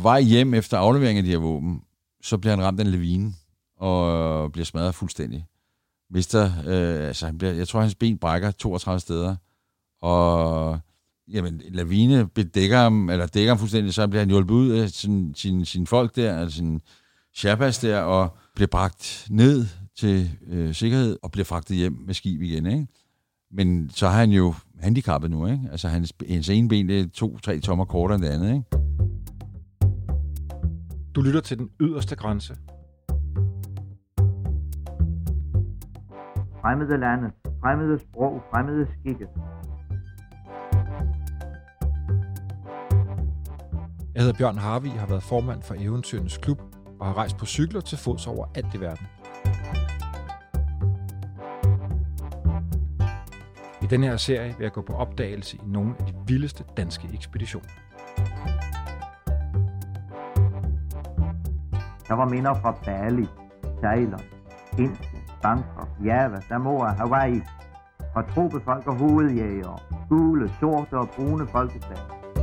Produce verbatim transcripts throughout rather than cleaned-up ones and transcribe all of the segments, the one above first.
vej hjem efter aflevering af de her våben, så bliver han ramt af en lavine, og bliver smadret fuldstændig. Mister, øh, altså han bliver, jeg tror, hans ben brækker toogtredive steder, og jamen, en lavine bedækker ham, eller dækker ham fuldstændig, så bliver han hjulpet ud af sin, sin, sin folk der, altså sin Sherpas der, og bliver bragt ned til øh, sikkerhed, og bliver fragtet hjem med skib igen, ikke? Men så har han jo handicappet nu, ikke? Altså hans, hans ene ben, det er to-tre tommer kortere end det andet, ikke? Du lytter til Den Yderste Grænse. Fremmede lande, fremmede sprog, fremmede skikke. Jeg hedder Bjørn Harvig, har været formand for Eventyrenes Klub og har rejst på cykler til fods over alt i verden. I denne her serie vil jeg gå på opdagelse i nogle af de vildeste danske ekspeditioner. Der var minder fra Bali, Ceylon, Indien, Bangkok, Java, Samoa, Hawaii, fra tropefolk og hovedjægere, gule, sorte og brune folkeslag.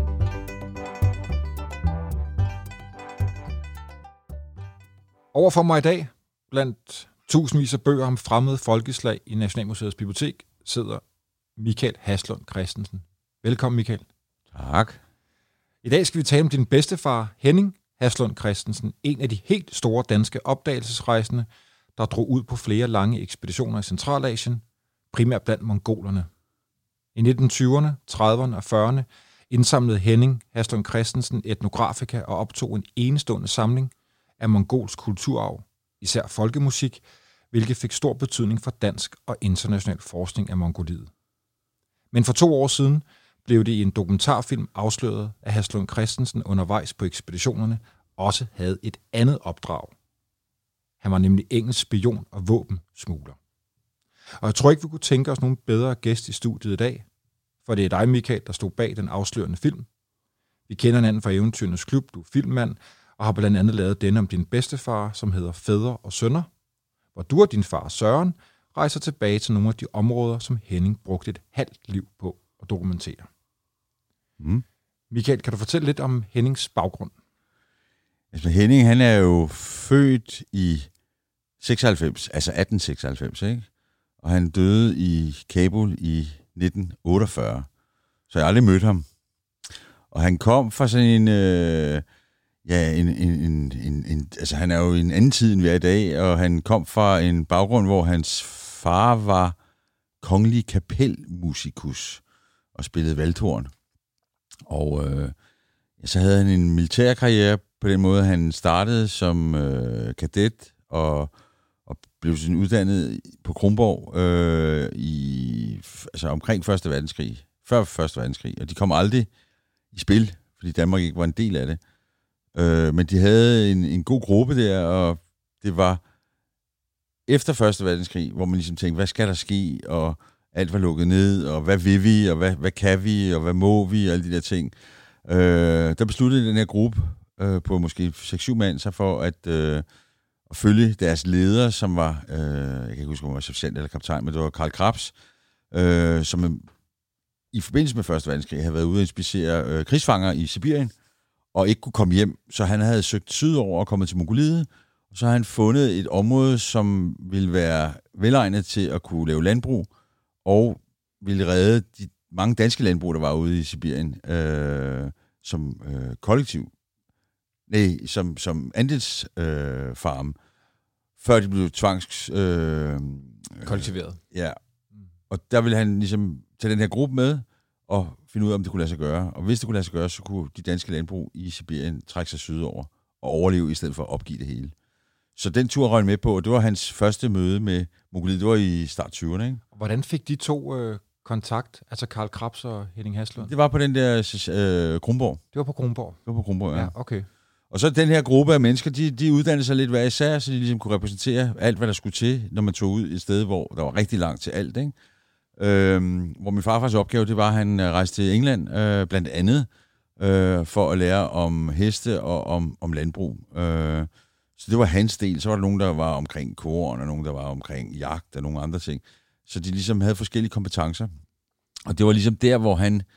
Overfor mig i dag, blandt tusindvis af bøger om fremmede folkeslag i Nationalmuseets bibliotek, sidder Michael Haslund Christensen. Velkommen, Michael. Tak. I dag skal vi tale om din bedstefar, Henning Haslund Christensen, en af de helt store danske opdagelsesrejsende, der drog ud på flere lange ekspeditioner i Centralasien, primært blandt mongolerne. I nitten tyverne, trediverne og fyrrerne indsamlede Henning Haslund Christensen etnografika og optog en enestående samling af mongolsk kulturarv, især folkemusik, hvilket fik stor betydning for dansk og international forskning af Mongoliet. Men for to år siden blev det i en dokumentarfilm afsløret, at Haslund Christensen undervejs på ekspeditionerne også havde et andet opdrag. Han var nemlig engelsk spion og våbensmugler. Og jeg tror ikke, vi kunne tænke os nogen bedre gæst i studiet i dag, for det er dig, Michael, der stod bag den afslørende film. Vi kender hinanden fra Eventyrenes Klub, du er filmmand, og har blandt andet lavet denne om din bedstefar, som hedder Fædre og Sønner, hvor du og din far Søren rejser tilbage til nogle af de områder, som Henning brugte et halvt liv på at dokumentere. Mm. Michael, kan du fortælle lidt om Hennings baggrund? Altså Henning, han er jo født i seksoghalvfems, altså atten seksoghalvfems, ikke? Og han døde i Kabul i nitten otteogfyrre, så jeg har aldrig mødt ham. Og han kom fra sådan en... Øh, Ja, en, en, en, en, en, altså han er jo i en anden tid, end vi er i dag, og han kom fra en baggrund, hvor hans far var kongelig kapelmusikus og spillede valthorn. Og øh, ja, så havde han en militærkarriere på den måde, han startede som øh, kadet og, og blev sådan uddannet på Kronborg øh, i, altså omkring første verdenskrig, før første verdenskrig, og de kom aldrig i spil, fordi Danmark ikke var en del af det. Øh, men de havde en, en god gruppe der, og det var efter første verdenskrig, hvor man ligesom tænkte, hvad skal der ske, og alt var lukket ned, og hvad vil vi, og hvad, hvad kan vi, og hvad må vi, og alle de der ting. Øh, der besluttede den her gruppe øh, på måske seks syv mand sig for at, øh, at følge deres leder, som var, øh, jeg kan ikke huske, om han var sergeant eller kaptajn, men det var Karl Krabs, øh, som i forbindelse med første verdenskrig havde været ude at inspicere øh, krigsfanger i Sibirien, og ikke kunne komme hjem, så han havde søgt sydover og kommet til Mongoliet, og så har han fundet et område, som ville være velegnet til at kunne lave landbrug, og ville redde de mange danske landbrug, der var ude i Sibirien, øh, som øh, kollektiv, nej, som, som andelsfarm, øh, før de blev tvangs... Øh, Kollektiveret. Øh, ja, og der ville han ligesom tage den her gruppe med, og finde ud af, om det kunne lade sig gøre. Og hvis det kunne lade sig gøre, så kunne de danske landbrug i Sibirien trække sig sydover og overleve, i stedet for at opgive det hele. Så den tur røg med på, og det var hans første møde med Mongoliet. Det var i start tyverne, ikke? Hvordan fik de to øh, kontakt, altså Karl Krabs og Henning Haslund? Det var på den der øh, Kronborg. Det var på Kronborg? Det var på Kronborg, ja. Ja, okay. Og så den her gruppe af mennesker, de, de uddannede sig lidt hver især, så de ligesom kunne repræsentere alt, hvad der skulle til, når man tog ud et sted, hvor der var rigtig langt til alt, ikke? Øhm, hvor min farfars opgave, det var, at han rejste til England, øh, blandt andet, øh, for at lære om heste og om, om landbrug. Øh, så det var hans del. Så var der nogen, der var omkring korn, og nogen, der var omkring jagt og nogle andre ting. Så de ligesom havde forskellige kompetencer. Og det var ligesom der, hvor han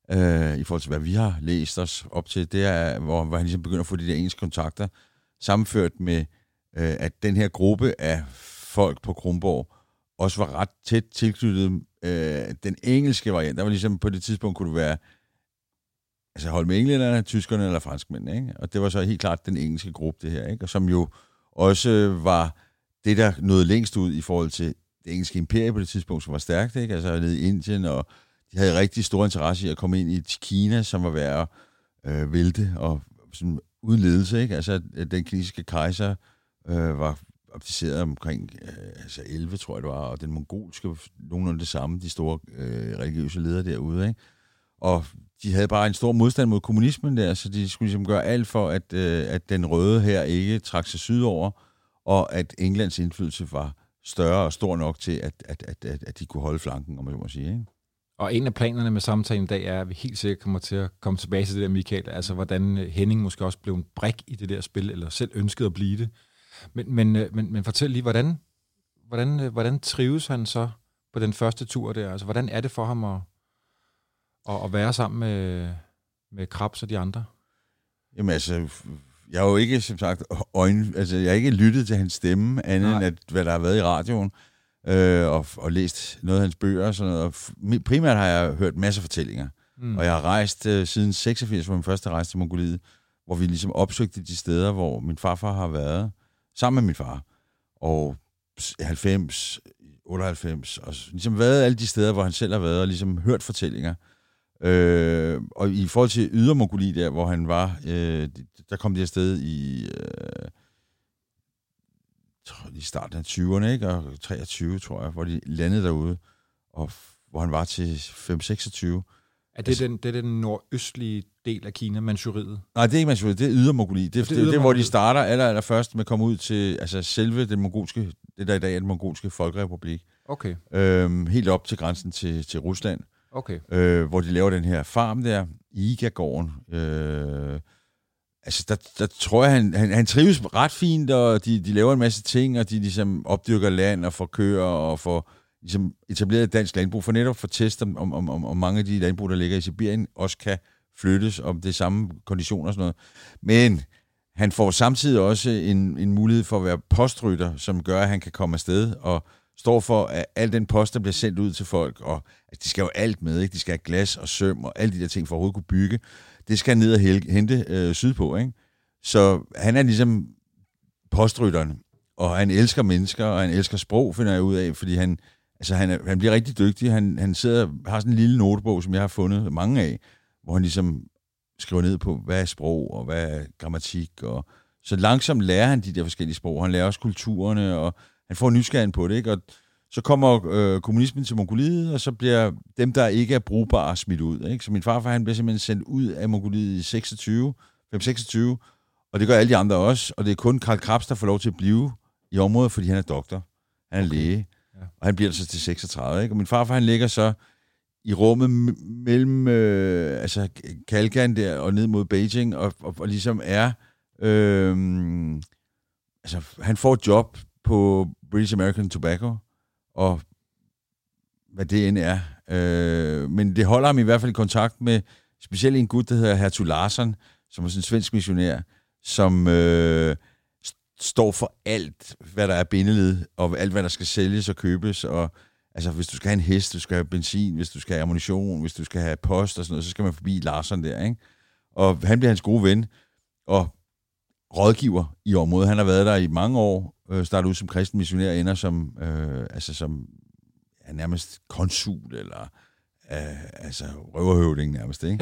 øh, i forhold til, hvad vi har læst os op til, det er, hvor, hvor han ligesom begynder at få de der engelske kontakter, sammenført med, øh, at den her gruppe af folk på Kronborg også var ret tæt tilknyttet øh, den engelske variant. Der var ligesom på det tidspunkt, kunne det være, altså holde med englænderne, tyskerne eller franskmændene, ikke? Og det var så helt klart den engelske gruppe, det her, ikke? Og som jo også var det, der nåede længst ud i forhold til det engelske imperium på det tidspunkt, som var stærkt, ikke? Altså nede i Indien, og de havde rigtig stor interesse i at komme ind i Kina, som var ved at øh, vælte, og sådan, uden ledelse, ikke? Altså den kinesiske kejser øh, var abdiceret omkring øh, altså elleve, tror jeg det var, og den mongolske, nogenlunde det samme, de store øh, religiøse ledere derude, ikke? Og de havde bare en stor modstand mod kommunismen der, så de skulle ligesom gøre alt for, at, øh, at den røde her ikke trak sig sydover, og at Englands indflydelse var større og stor nok til, at, at, at, at, at de kunne holde flanken, om man må sige, ikke? Og en af planerne med samtalen i dag er, at vi helt sikkert kommer til at komme tilbage til det der, Michael, altså hvordan Henning måske også blev en brik i det der spil, eller selv ønskede at blive det. Men, men, men, men fortæl lige, hvordan, hvordan, hvordan trives han så på den første tur der? Altså, hvordan er det for ham at, at, at være sammen med, med Krabs og de andre? Jamen altså, jeg har jo ikke, som sagt, øjne, altså jeg har ikke lyttet til hans stemme, andet end at, hvad der har været i radioen, øh, og, og læst noget af hans bøger og sådan noget. Og primært har jeg hørt masser af fortællinger, mm. og jeg har rejst øh, siden seksogfirs, hvor min første rejse til Mongoliet, hvor vi ligesom opsøgte de steder, hvor min farfar har været, sammen med min far, og halvfems, otteoghalvfems, og ligesom været alle de steder, hvor han selv har været, og ligesom hørt fortællinger. Øh, og i forhold til Ydermongoliet der, hvor han var, øh, der kom de afsted i, øh, i starten af tyverne, ikke? Og treogtyve, tror jeg, hvor de landede derude, og hvor han var til fem seksogtyve. Er det, altså, den, det er den nordøstlige del af Kina, Manchuriet? Nej, det er ikke Manchuriet, det er Ydermongoliet. Det, det, det, det er, hvor de starter aller, aller først med at komme ud til altså selve den mongolske, det der i dag er den mongolske folkerepublik. Okay. Øhm, helt op til grænsen til, til Rusland. Okay. Øh, hvor de laver den her farm der, Iga-gården. Øh, altså, der, der tror jeg, han, han, han trives ret fint, og de, de laver en masse ting, og de ligesom opdyrker land og får køer og får ligesom etableret et dansk landbrug, for netop for at teste, om, om, om, om mange af de landbrug, der ligger i Sibirien, også kan flyttes, om det er samme konditioner og sådan noget. Men han får samtidig også en, en mulighed for at være postrytter, som gør, at han kan komme afsted og står for, at al den post, der bliver sendt ud til folk, og altså, de skal jo alt med, ikke? De skal have glas og søm og alle de der ting for at overhovedet kunne bygge. Det skal han ned og hente øh, sydpå, ikke? Så han er ligesom postrytteren, og han elsker mennesker, og han elsker sprog, finder jeg ud af, fordi han, altså, han, er, han bliver rigtig dygtig. Han, han sidder, har sådan en lille notebog, som jeg har fundet mange af, hvor han ligesom skriver ned på, hvad er sprog, og hvad er grammatik, og så langsomt lærer han de der forskellige sprog. Han lærer også kulturerne, og han får nysgerrigheden på det, ikke? Og så kommer øh, kommunismen til Mongoliet, og så bliver dem, der ikke er brugbare, smidt ud, ikke? Så min farfar, han bliver simpelthen sendt ud af Mongoliet i seksogtyve, fem seksogtyve, og det gør alle de andre også, og det er kun Karl Krabs, der får lov til at blive i området, fordi han er doktor. Han er okay. læge, ja. Og han bliver så til seksogtredive, ikke? Og min farfar, han ligger så i rummet mellem øh, altså Kalgan der og ned mod Beijing, og, og, og ligesom er øh, altså han får et job på British American Tobacco, og hvad det end er. Øh, men det holder ham i hvert fald i kontakt med specielt en gut, der hedder Hertug Larsson, som er sådan en svensk missionær, som øh, står for alt, hvad der er bindeled, og alt, hvad der skal sælges og købes, og altså, hvis du skal have en hest, du skal have benzin, hvis du skal have ammunition, hvis du skal have post og sådan noget, så skal man forbi Larsson der, ikke? Og han bliver hans gode ven, og rådgiver i området. Han har været der i mange år, øh, startet ud som kristen missionær, ender som, øh, altså som ja, nærmest konsul, eller øh, altså røverhøvding nærmest, ikke?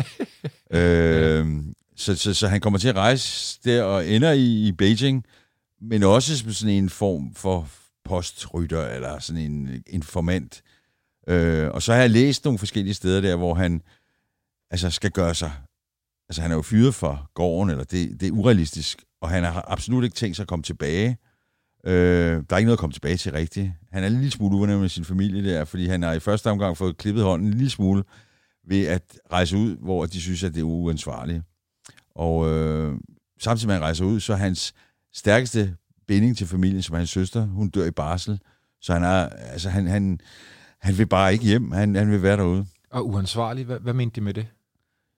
øh, så, så, så han kommer til at rejse der, og ender i, i Beijing, men også som sådan en form for postrytter, eller sådan en informant. Øh, og så har jeg læst nogle forskellige steder der, hvor han altså skal gøre sig, altså han er jo fyret for gården, eller det, det er urealistisk, og han har absolut ikke tænkt sig at komme tilbage. Øh, der er ikke noget at komme tilbage til rigtigt. Han er en lille smule uvenner med sin familie der, fordi han har i første omgang fået klippet hånden en lille smule ved at rejse ud, hvor de synes, at det er uansvarligt. Og øh, samtidig med at han rejser ud, så er hans stærkeste binding til familien, som er hans søster, hun dør i barsel, så han er, altså han, han, han vil bare ikke hjem, han, han vil være derude. Og uansvarlig, hvad, hvad mente de med det?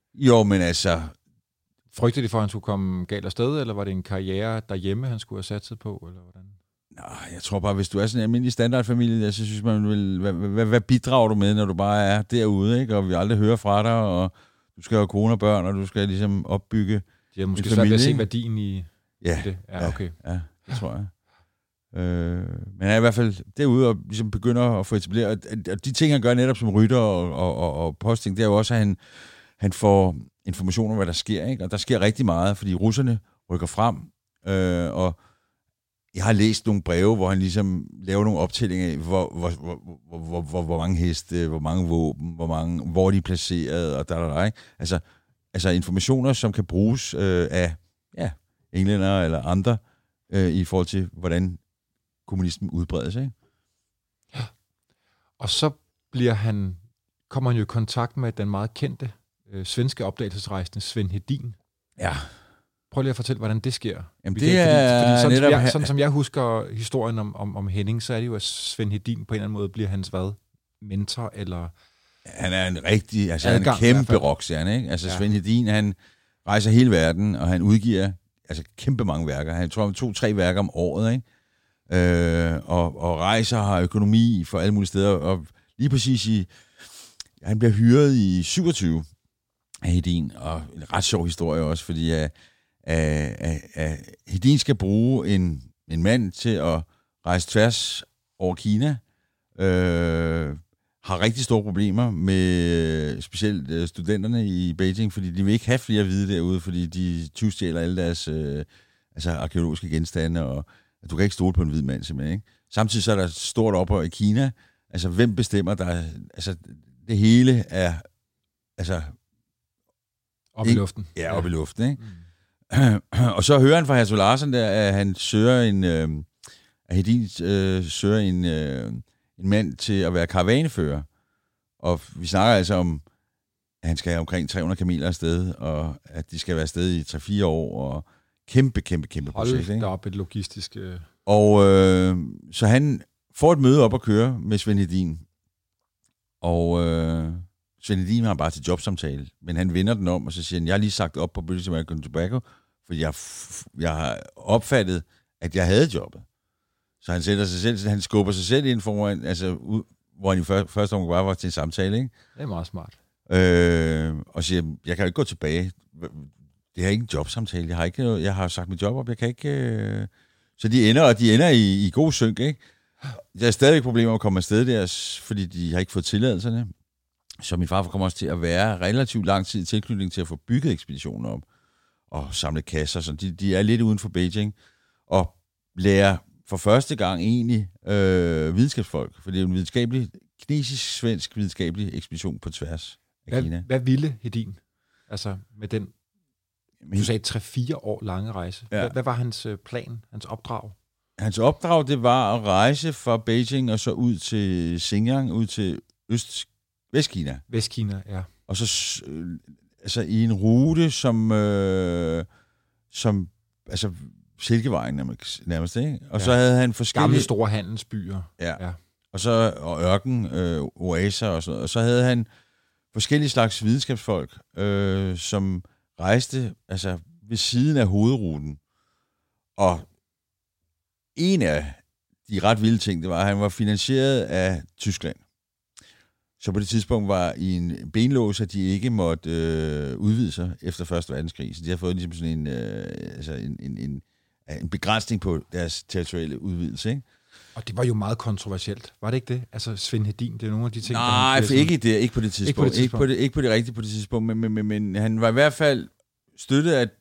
Jo, men altså... Frygtede de for, at han skulle komme galt afsted, eller var det en karriere derhjemme, han skulle have satset på, eller hvordan? Nej, jeg tror bare, hvis du er sådan en almindelig standardfamilie, så synes man, vil, hvad, hvad, hvad bidrager du med, når du bare er derude, ikke? Og vi aldrig hører fra dig, og du skal have kone og børn, og du skal ligesom opbygge de har måske svært ved at se værdien i, ja, i det. Ja, okay. Ja, ja, det tror jeg. Øh, men han er i hvert fald derude og ligesom begynder at få etableret, og de ting, han gør netop som rytter og, og, og, og posting, det er jo også, at han, han får information om, hvad der sker, ikke? Og der sker rigtig meget, fordi russerne rykker frem, øh, og jeg har læst nogle breve, hvor han ligesom laver nogle optællinger af, hvor, hvor, hvor, hvor, hvor, hvor mange heste, hvor mange våben, hvor, mange, hvor de er placeret, og der, der, der, ikke? Altså, altså informationer, som kan bruges øh, af ja, englænder eller andre, øh, i forhold til, hvordan kommunismen udbreder sig, ikke? Ja. Og så bliver han, kommer han jo i kontakt med den meget kendte øh, svenske opdagelsesrejsende Sven Hedin. Ja. Prøv lige at fortælle, hvordan det sker. Jamen, det det er fordi, fordi sådan, netop... som jeg, sådan som jeg husker historien om, om, om Henning, så er det jo, at Sven Hedin på en eller anden måde bliver hans hvad? Mentor, eller... Han er en rigtig, altså Adgang, en kæmpe rockstjerne, ikke? Altså ja. Sven Hedin, han rejser hele verden, og han udgiver altså kæmpe mange værker. Han tror, han to-tre værker om året, ikke? Øh, og, og rejser har økonomi for alle mulige steder, og lige præcis i... Han bliver hyret i syvogtyve af Hedin, og en ret sjov historie også, fordi at, at, at, at Hedin skal bruge en, en mand til at rejse tværs over Kina, øh, har rigtig store problemer med specielt studenterne i Beijing, fordi de vil ikke have flere hvide derude, fordi de tyvstjæler alle deres øh, altså arkeologiske genstande, og du kan ikke stole på en hvid mand simpelthen, ikke? Samtidig så er der stort oprør i Kina. Altså, hvem bestemmer der? Altså, det hele er altså op i luften. Ja, op ja. i luften, ikke? Mm. Og så hører han fra Hertug Larsen der, at han søger en øh, at Hedin øh, søger en øh, en mand til at være karavanefører. Og vi snakker altså om, at han skal have omkring tre hundrede kameler afsted, og at de skal være afsted i tre fire år, og kæmpe, kæmpe, kæmpe Hold projekt. Hold da op et logistisk... Øh... Og øh, så han får et møde op at køre med Sven Hedin, og øh, Sven Hedin har bare til jobsamtale, men han vender den om, og så siger han, jeg har lige sagt op på British American Tobacco, fordi jeg, jeg har opfattet, at jeg havde jobbet. Så han sætter sig selv, han skubber sig selv ind foran, altså ud, hvor han i første, første omgang bare var til en samtale, ikke? Det er meget smart. Øh, og siger, jeg kan jo ikke gå tilbage. Det er ikke en jobsamtale. Jeg har ikke noget, jeg har sagt mit job op. Jeg kan ikke. Øh... Så de ender, og de ender i, i god synk, ikke? Der er stadigvæk problemer med at komme afsted der, fordi de har ikke fået tilladelserne. Så min far kommer også til at være relativt lang tid i tilknytning til at få bygget ekspeditioner op og samle kasser. Så de, de er lidt uden for Beijing og lærer for første gang egentlig øh, videnskabsfolk, for det er jo en videnskabelig, kinesisk-svensk videnskabelig ekspedition på tværs af hvad, Kina. Hvad ville Hedin? Altså med den, du sagde tre-fire år lange rejse. Ja. Hvad, hvad var hans plan, hans opdrag? Hans opdrag, det var at rejse fra Beijing og så ud til Xinjiang, ud til Øst, Vestkina. Vestkina, ja. Og så øh, altså i en rute, som, øh, som altså Silkevejen nærmest, ikke? Og ja. Så havde han forskellige... Gamle store handelsbyer. Ja. ja. Og så og ørken, øh, oaser og sådan noget. Og så havde han forskellige slags videnskabsfolk, øh, som rejste altså ved siden af hovedruten. Og en af de ret vilde ting, det var, at han var finansieret af Tyskland. Så på det tidspunkt var i en benlås, at de ikke måtte øh, udvide sig efter første verdenskrig. Så de har fået ligesom sådan en, øh, altså en, en, en, en begrænsning på deres territoriale udvidelse, ikke? Og det var jo meget kontroversielt, var det ikke det? Altså Sven Hedin, det er nogle af de ting, Nej, der... for ikke, det, ikke på det tidspunkt. Ikke på det, tidspunkt. Ikke på det, ikke på det rigtige på det tidspunkt, men, men, men, men han var i hvert fald støttet af,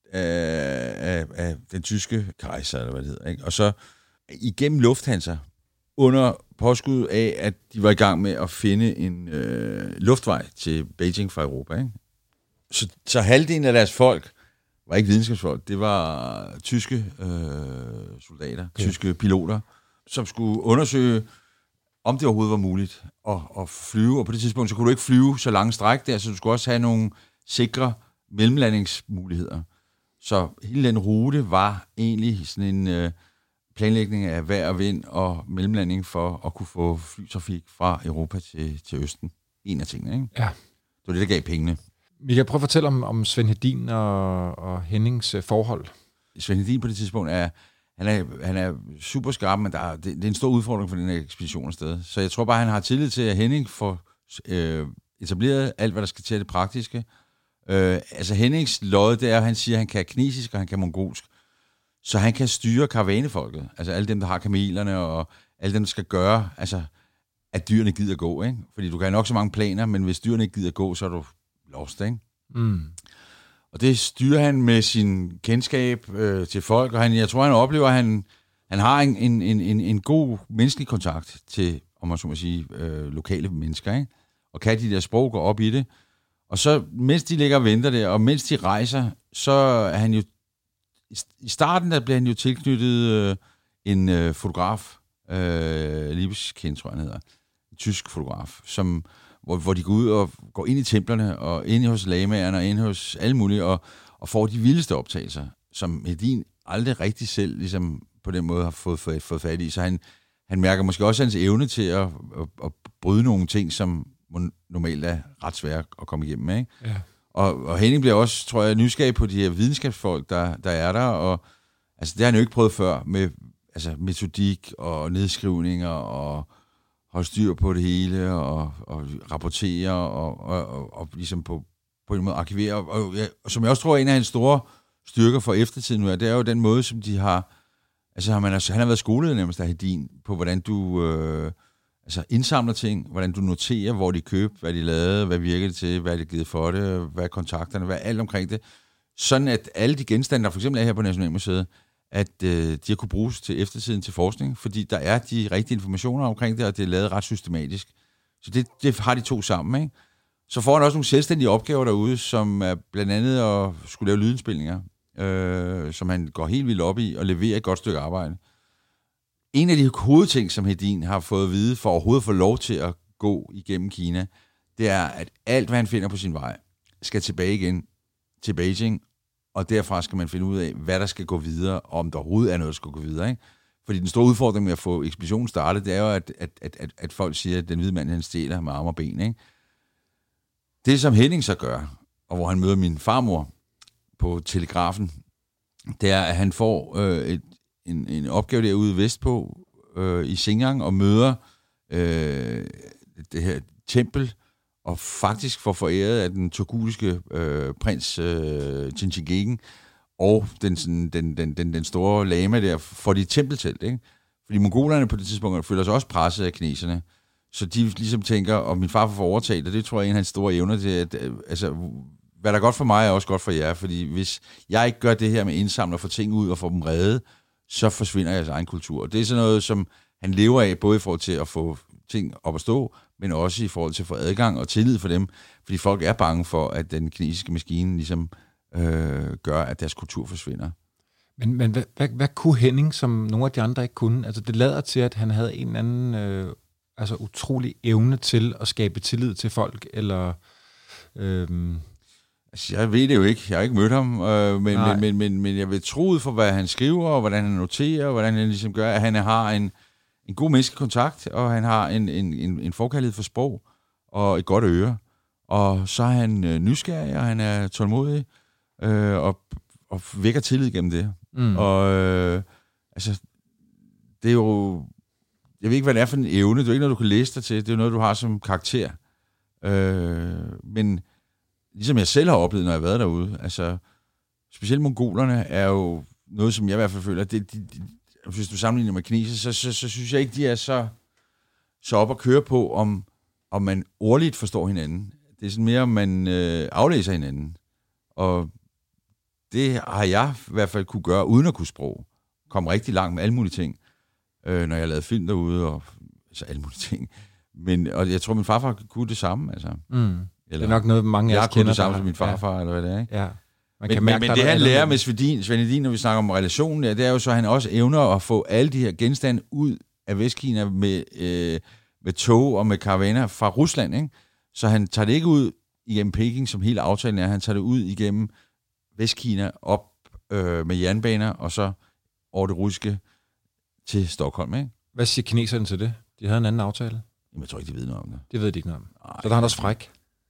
af, af, af den tyske kejser, eller hvad det hedder, ikke? Og så igennem Lufthansa, under påskud af, at de var i gang med at finde en øh, luftvej til Beijing fra Europa, ikke? Så, så halvdelen af deres folk var ikke videnskabsfolk, det var tyske øh, soldater, okay. tyske piloter, som skulle undersøge, om det overhovedet var muligt at, at flyve. Og på det tidspunkt, så kunne du ikke flyve så lange stræk der, så du skulle også have nogle sikre mellemlandingsmuligheder. Så hele den rute var egentlig sådan en øh, planlægning af vejr og vind og mellemlanding for at kunne få flytrafik fra Europa til, til Østen. En af tingene, ikke? Ja. Det var det, der gav pengene. Michael, prøv at fortælle om, om Sven Hedin og, og Hennings uh, forhold. Svend Hedin på det tidspunkt er, han er, han er super skarp, men der er, det, det er en stor udfordring for den her ekspedition afsted. Så jeg tror bare, han har tillid til, at Henning får øh, etableret alt, hvad der skal til af det praktiske. Øh, altså Hennings lod, det er, at han siger, at han kan kinesisk og han kan mongolsk. Så han kan styre karavanefolket. Altså alle dem, der har kamelerne og alle dem, der skal gøre, altså at dyrene gider gå, ikke? Fordi du kan have nok så mange planer, men hvis dyrene ikke gider gå, så er du lost, ikke? Mm. Og det styrer han med sin kendskab øh, til folk, og han, jeg tror, han oplever, at han, han har en, en, en, en god menneskelig kontakt til, om man så må sige, øh, lokale mennesker, ikke? Og kan de der sprog gå op i det. Og så, mens de ligger og venter der, og mens de rejser, så er han jo, i starten der bliver han jo tilknyttet øh, en øh, fotograf, øh, Libeskind, tror jeg, han hedder, en tysk fotograf, som Hvor, hvor de går ud og går ind i templerne, og ind hos lamaerne, og ind hos alle mulige, og, og får de vildeste optagelser, som Hedin aldrig rigtig selv ligesom, på den måde har fået, fået, fået fat i. Så han, han mærker måske også hans evne til at, at, at bryde nogle ting, som normalt er ret svære at komme igennem. Ikke? Ja. Og, og Henning bliver også, tror jeg, nysgerrig på de her videnskabsfolk, der, der er der, og altså, det har han jo ikke prøvet før, med altså, metodik og nedskrivninger og holde styr på det hele, og, og rapportere, og, og, og, og ligesom på, på en måde arkivere. Og, og, ja, og som jeg også tror er en af hans store styrker for eftertiden nu er, det er jo den måde, som de har, altså har man, altså, han har været skolet nærmest af Hedin, på hvordan du øh, altså indsamler ting, hvordan du noterer, hvor de købte, hvad de lavede, hvad virkede det til, hvad de givet for det, hvad er kontakterne, hvad er alt omkring det. Sådan at alle de genstande, der for eksempel er her på Nationalmuseet, at øh, de har kunne bruges til eftertiden til forskning, fordi der er de rigtige informationer omkring det, og det er lavet ret systematisk. Så det, det har de to sammen, ikke? Så får han også nogle selvstændige opgaver derude, som er blandt andet at skulle lave lydindspilninger, øh, som han går helt vildt op i, og leverer et godt stykke arbejde. En af de hovedting, som Hedin har fået at vide, for overhovedet at få lov til at gå igennem Kina, det er, at alt, hvad han finder på sin vej, skal tilbage igen til Beijing, og derfra skal man finde ud af, hvad der skal gå videre, og om der overhovedet er noget, der skal gå videre. Ikke? Fordi den store udfordring med at få ekspeditionen startet, det er jo, at, at, at, at, at folk siger, at den hvide mand, han stjæler med arme og ben. Ikke? Det, som Henning så gør, og hvor han møder min farmor på telegrafen, det er, at han får øh, et, en, en opgave derude vestpå øh, i Xinjiang, og møder øh, det her tempel, og faktisk får foræret af den turkiske øh, prins øh, Tenshingen og den, sådan, den, den, den, den store lama der, for de tempeltelt, ikke? Fordi mongolerne på det tidspunkt føler sig også presset af kineserne, så de ligesom tænker, og min far får overtaget, og det tror jeg er en af hans store evner til, at altså, hvad der er godt for mig, er også godt for jer, fordi hvis jeg ikke gør det her med indsamler, få ting ud og få dem reddet, så forsvinder jeres egen kultur. Og det er sådan noget, som han lever af, både i forhold til at få ting op at stå, men også i forhold til at få adgang og tillid for dem, fordi folk er bange for, at den kinesiske maskine ligesom øh, gør, at deres kultur forsvinder. Men, men hvad, hvad, hvad kunne Henning, som nogle af de andre ikke kunne? Altså det lader til, at han havde en eller anden øh, altså utrolig evne til at skabe tillid til folk, eller... Øh... Altså, jeg ved det jo ikke. Jeg har ikke mødt ham, øh, men, men, men, men, men jeg vil tro ud for, hvad han skriver, og hvordan han noterer, og hvordan han ligesom gør, at han har en en god menneskekontakt, og han har en, en, en, en forkærlighed for sprog, og et godt øre. Og så er han øh, nysgerrig, og han er tålmodig, øh, og, og vækker tillid gennem det. Mm. Og øh, altså, det er jo... Jeg ved ikke, hvad det er for en evne. Det er ikke noget, du kan læse dig til. Det er jo noget, du har som karakter. Øh, men ligesom jeg selv har oplevet, når jeg har været derude, altså, specielt mongolerne er jo noget, som jeg i hvert fald føler, det de, de, hvis du sammenligner med kineser, så, så, så synes jeg ikke, de er så, så op at køre på, om, om man ordligt forstår hinanden. Det er sådan mere, om man øh, aflæser hinanden. Og det har jeg i hvert fald kunne gøre, uden at kunne sprog. Komme rigtig langt med alle mulige ting, øh, når jeg lavede film derude, og så alle mulige ting. Men, og jeg tror, min farfar kunne det samme. Altså. Mm. Eller, det er nok noget, mange af os kender. Jeg kunne det samme som min farfar, ja. Eller hvad det er, ikke? Ja. Men, men, men det han lærer med Svend Hedin, når vi snakker om relationen, det er jo så, at han også evner at få alle de her genstande ud af Vestkina med, øh, med tog og med karavaner fra Rusland. Ikke? Så han tager det ikke ud igennem Peking, som hele aftalen er. Han tager det ud igennem Vestkina op øh, med jernbaner, og så over det russiske til Stockholm. Ikke? Hvad siger kineserne til det? De havde en anden aftale. Jamen, jeg tror ikke, de ved noget om det. Det ved de ikke noget om. Ej, så der er han også fræk.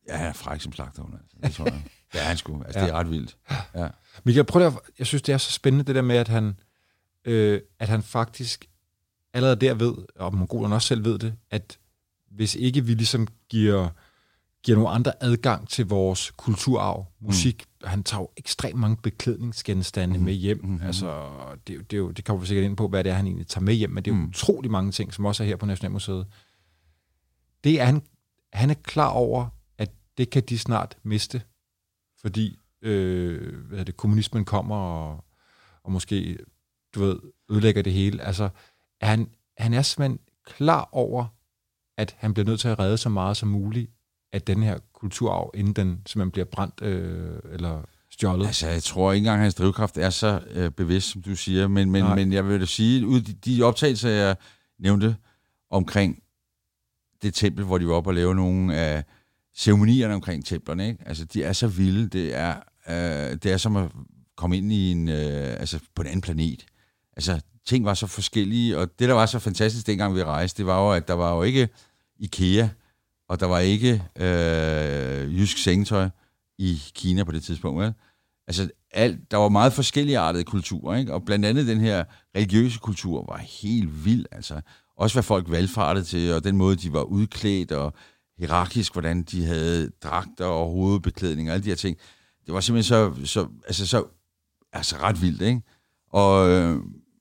Ja, han er fræk som slagterhund. Altså. Det tror jeg. Det er han sgu. Altså, ja. Det er ret vildt. Ja. Michael, prøv at, jeg synes, det er så spændende, det der med, at han, øh, at han faktisk allerede der ved, og mongolerne også selv ved det, at hvis ikke vi ligesom giver, giver nogle andre adgang til vores kulturarv, musik, mm. han tager jo ekstremt mange beklædningsgenstande mm. med hjem. Mm. Altså, det, det, er jo, det kommer vi sikkert ind på, hvad det er, han egentlig tager med hjem, men det er jo mm. utrolig mange ting, som også er her på Nationalmuseet. Det er han, han er klar over, at det kan de snart miste, fordi øh, hvad er det, kommunismen kommer og, og måske, du ved, ødelægger det hele. Altså, han, han er simpelthen klar over, at han bliver nødt til at redde så meget som muligt af den her kulturarv, inden den simpelthen bliver brændt øh, eller stjålet. Altså, jeg tror ikke engang, hans drivkraft er så øh, bevidst, som du siger, men, men, men jeg vil da sige, ud de, de optagelser, jeg nævnte omkring det tempel, hvor de var oppe og lave nogle af ceremonierne omkring templerne, ikke? Altså, de er så vilde, det er, øh, det er som at komme ind i en, øh, altså, på en anden planet. Altså, ting var så forskellige, og det, der var så fantastisk, dengang vi rejste, det var jo, at der var jo ikke IKEA, og der var ikke øh, jysk sengetøj i Kina på det tidspunkt. Vel? Altså, alt, der var meget forskelligartede kulturer, ikke? Og blandt andet den her religiøse kultur var helt vild. Altså, også hvad folk valgfartede til, og den måde, de var udklædt, og hierarkisk, hvordan de havde dragter og hovedbeklædning, og alle de her ting. Det var simpelthen så, så, altså, så altså, ret vildt, ikke? Og øh,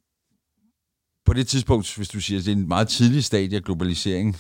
på det tidspunkt, hvis du siger, det er en meget tidlig stadie af globalisering,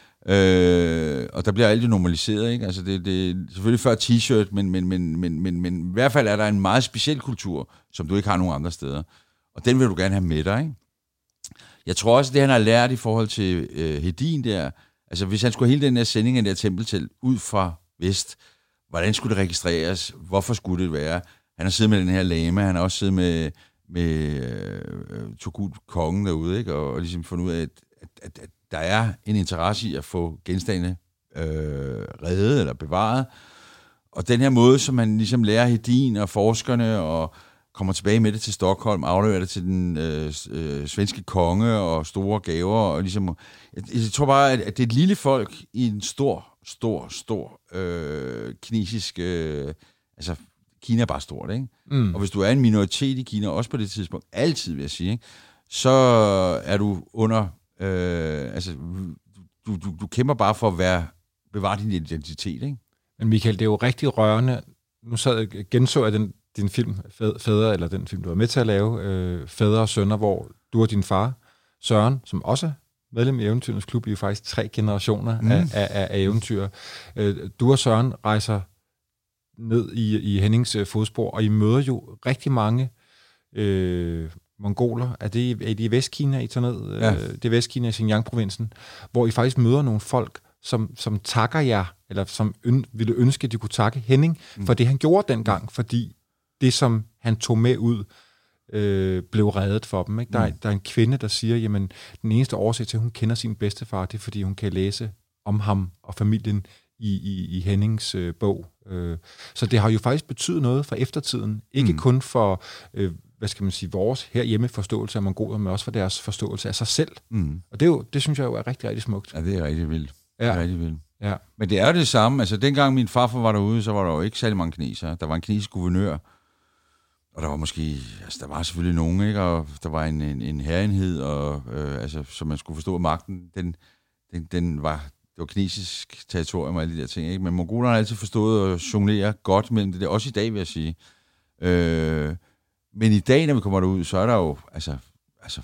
øh, og der bliver alt jo normaliseret, ikke? Altså det, det er selvfølgelig før t-shirt, men, men, men, men, men, men i hvert fald er der en meget speciel kultur, som du ikke har nogen andre steder. Og den vil du gerne have med dig, ikke? Jeg tror også, det han har lært i forhold til øh, Hedin der, altså hvis han skulle hele den her sending af det her tempeltelt ud fra vest, hvordan skulle det registreres? Hvorfor skulle det være? Han har siddet med den her lama, han har også siddet med med øh, Turgut kongen derude, ikke? Og, og ligesom fundet ud af, at, at, at, at der er en interesse i at få genstande øh, reddet eller bevaret. Og den her måde, som man ligesom lærer Hedin og forskerne, og kommer tilbage med det til Stockholm, afleverer det til den øh, øh, svenske konge og store gaver. Og ligesom, jeg, jeg tror bare, at, at det er et lille folk i en stor, stor, stor øh, kinesisk... Øh, altså Kina er bare stort, ikke? Mm. Og hvis du er en minoritet i Kina, også på det tidspunkt, altid vil jeg sige, ikke? Så er du under... Øh, altså, du, du, du kæmper bare for at være, bevare din identitet, ikke? Men Michael, det er jo rigtig rørende. Nu sad, genså jeg den, din film, Fædre, eller den film, du var med til at lave, øh, Fædre og Sønner, hvor du og din far, Søren, som også er medlem i Eventyrernes Klub, i faktisk tre generationer mm. af, af, af eventyr. Øh, du og Søren rejser ned i, i Hennings øh, fodspor, og I møder jo rigtig mange øh, mongoler. Er det, er det i Vestkina, I tager ned? Ja. Øh, det er Vestkina i Xinjiang-provinsen, hvor I faktisk møder nogle folk, som, som takker jer, eller som øn, ville ønske, at de kunne takke Henning, mm. for det han gjorde dengang, fordi det, som han tog med ud, øh, blev reddet for dem. Ikke? Der, mm. der er en kvinde, der siger, jamen, den eneste årsag til, at hun kender sin bedstefar, det er, fordi hun kan læse om ham og familien i, i, i Hennings øh, bog. Øh, så det har jo faktisk betydet noget for eftertiden. Ikke mm. kun for, øh, hvad skal man sige, vores herhjemme forståelse af mongoler, men også for deres forståelse af sig selv. Mm. Og det, er jo, det synes jeg jo er rigtig, rigtig smukt. Ja, det er rigtig vildt. Ja. Det er rigtig vildt. Ja. Men det er jo det samme. Altså, dengang min farfar var derude, så var der jo ikke særlig mange kinesere. Der var en kinesisk guvernør, og der var måske, altså der var selvfølgelig nogen, ikke? Og der var en, en, en herrenhed, og øh, altså, så man skulle forstå, at magten, den, den, den var, det var kinesisk territorium og alle de der ting, ikke? Men mongolerne har altid forstået at jonglere godt mellem det der, også i dag, vil jeg sige. Øh, men i dag, når vi kommer derud, så er der jo, altså, altså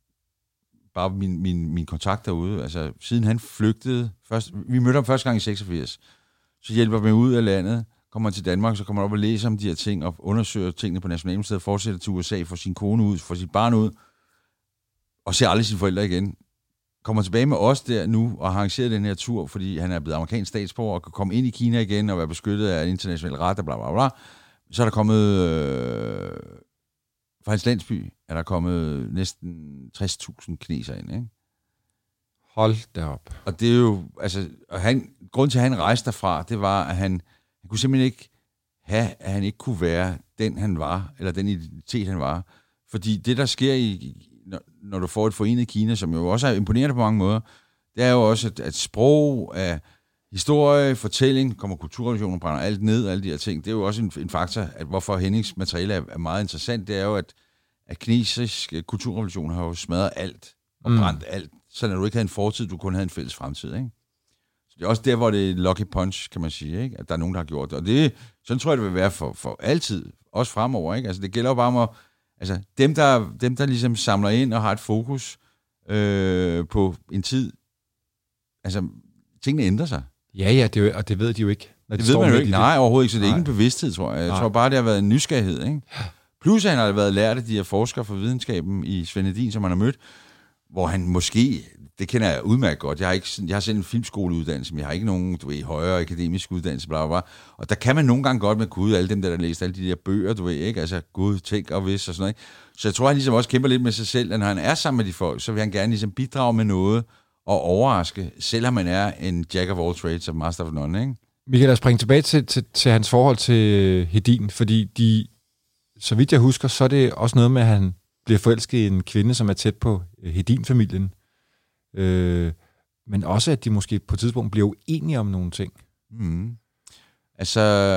bare min, min, min kontakt derude, altså siden han flygtede, først, vi mødte ham første gang i seksogfirs, så hjælper vi ud af landet, kommer til Danmark, så kommer han op og læser om de her ting, og undersøger tingene på Nationalmuseet, fortsætter til U S A, får sin kone ud, får sit barn ud, og ser aldrig sine forældre igen. Kommer tilbage med os der nu, og har arrangeret den her tur, fordi han er blevet amerikansk statsborger, og kan komme ind i Kina igen, og være beskyttet af international ret, og bla bla bla. Så er der kommet, øh, fra hans landsby, er der kommet næsten tres tusind kinesere ind, ikke? Hold da op. Og det er jo, altså, og han, grund til, at han rejste derfra, det var, at han, han kunne simpelthen ikke have, at han ikke kunne være den, han var, eller den identitet, han var. Fordi det, der sker, i, når, når du får et forenet Kina, som jo også er imponerende på mange måder, det er jo også, at, at sprog, af historie, fortælling, kommer kulturrevolutionen, brænder alt ned, alle de her ting. Det er jo også en, en faktor, at hvorfor Hennings materiale er, er meget interessant. Det er jo, at, at kinesisk kulturrevolution har jo smadret alt og mm. brændt alt. Så når du ikke havde en fortid, du kun havde en fælles fremtid, ikke? Så det er også der, hvor det er lucky punch, kan man sige, ikke? At der er nogen, der har gjort det. Og det, sådan tror jeg, det vil være for, for altid, også fremover, ikke? Altså, det gælder jo bare om at, altså, dem der, dem, der ligesom samler ind og har et fokus øh, på en tid, altså, tingene ændrer sig. Ja, ja, det, og det ved de jo ikke. Det, det ved man jo ikke. Nej, overhovedet ikke. Så det er Nej. ikke en bevidsthed, tror jeg. Jeg Nej. tror bare, det har været en nysgerrighed, ikke? Plus, han har været lært af de her forskere fra videnskaben i Svend Hedin, som han har mødt, hvor han måske, det kender jeg udmærket godt, jeg har, ikke, jeg har selv en filmskoleuddannelse, men jeg har ikke nogen, du ved, højere akademisk uddannelse, bla, bla, bla. Og der kan man nogle gange godt med Gud, alle dem, der har læst alle de der bøger, du ved, ikke? Altså, Gud, tænk og vis og sådan noget, ikke? Så jeg tror, han ligesom også kæmper lidt med sig selv, at når han er sammen med de folk, så vil han gerne ligesom bidrage med noget og overraske, selvom man er en jack of all trades og master of none, ikke? Vi kan da springe tilbage til, til, til hans forhold til Hedin, fordi de, så vidt jeg husker, så er det også noget med, at han bliver forelsket i en kvinde, som er tæt på Hedin-familien. Øh, men også, at de måske på et tidspunkt bliver uenige om nogle ting. Mm. Altså,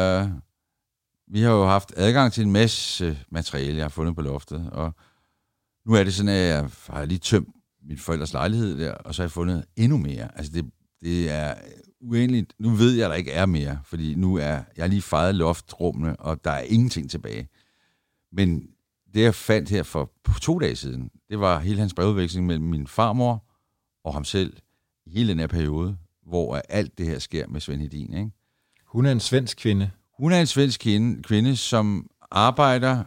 vi har jo haft adgang til en masse materiale, jeg har fundet på loftet, og nu er det sådan, at jeg har lige tømt min forældres lejlighed der, og så har jeg fundet endnu mere. Altså, det, det er uendeligt. Nu ved jeg, at der ikke er mere, fordi nu er jeg lige fejret loftrummene, og der er ingenting tilbage. Men det, jeg fandt her for to dage siden, det var hele hans brevudveksling mellem min farmor og ham selv i hele den her periode, hvor alt det her sker med Svend Hedin, ikke? Hun er en svensk kvinde. Hun er en svensk kvinde, kvinde, som arbejder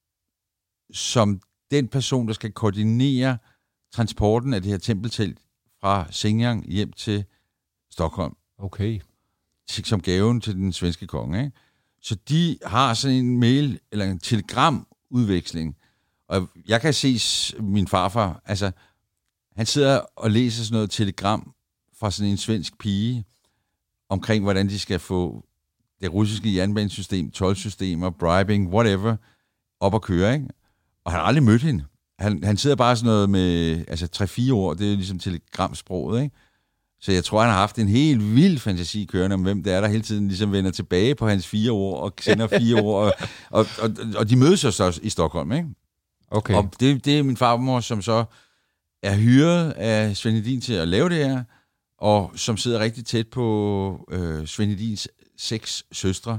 som den person, der skal koordinere transporten af det her tempeltelt fra Xinjiang hjem til Stockholm. Okay. Som gaven til den svenske konge, ikke? Så de har sådan en mail, eller en telegramudveksling. Og jeg kan se min farfar, altså, han sidder og læser sådan noget telegram fra sådan en svensk pige, omkring hvordan de skal få det russiske jernbanesystem, toldsystemer, bribing, whatever, op at køre, ikke? Og han har aldrig mødt hende. Han, han sidder bare sådan noget med, altså tre-fire ord, det er ligesom telegramsproget, ikke? Så jeg tror, han har haft en helt vild fantasi kørende om, hvem det er, der hele tiden ligesom vender tilbage på hans fire ord og sender fire ord. Og, og, og, og de mødes jo så i Stockholm, ikke? Okay. Og det, det er min farmor, som så er hyret af Svend Hedin til at lave det her, og som sidder rigtig tæt på øh, Svend Hedins seks søstre,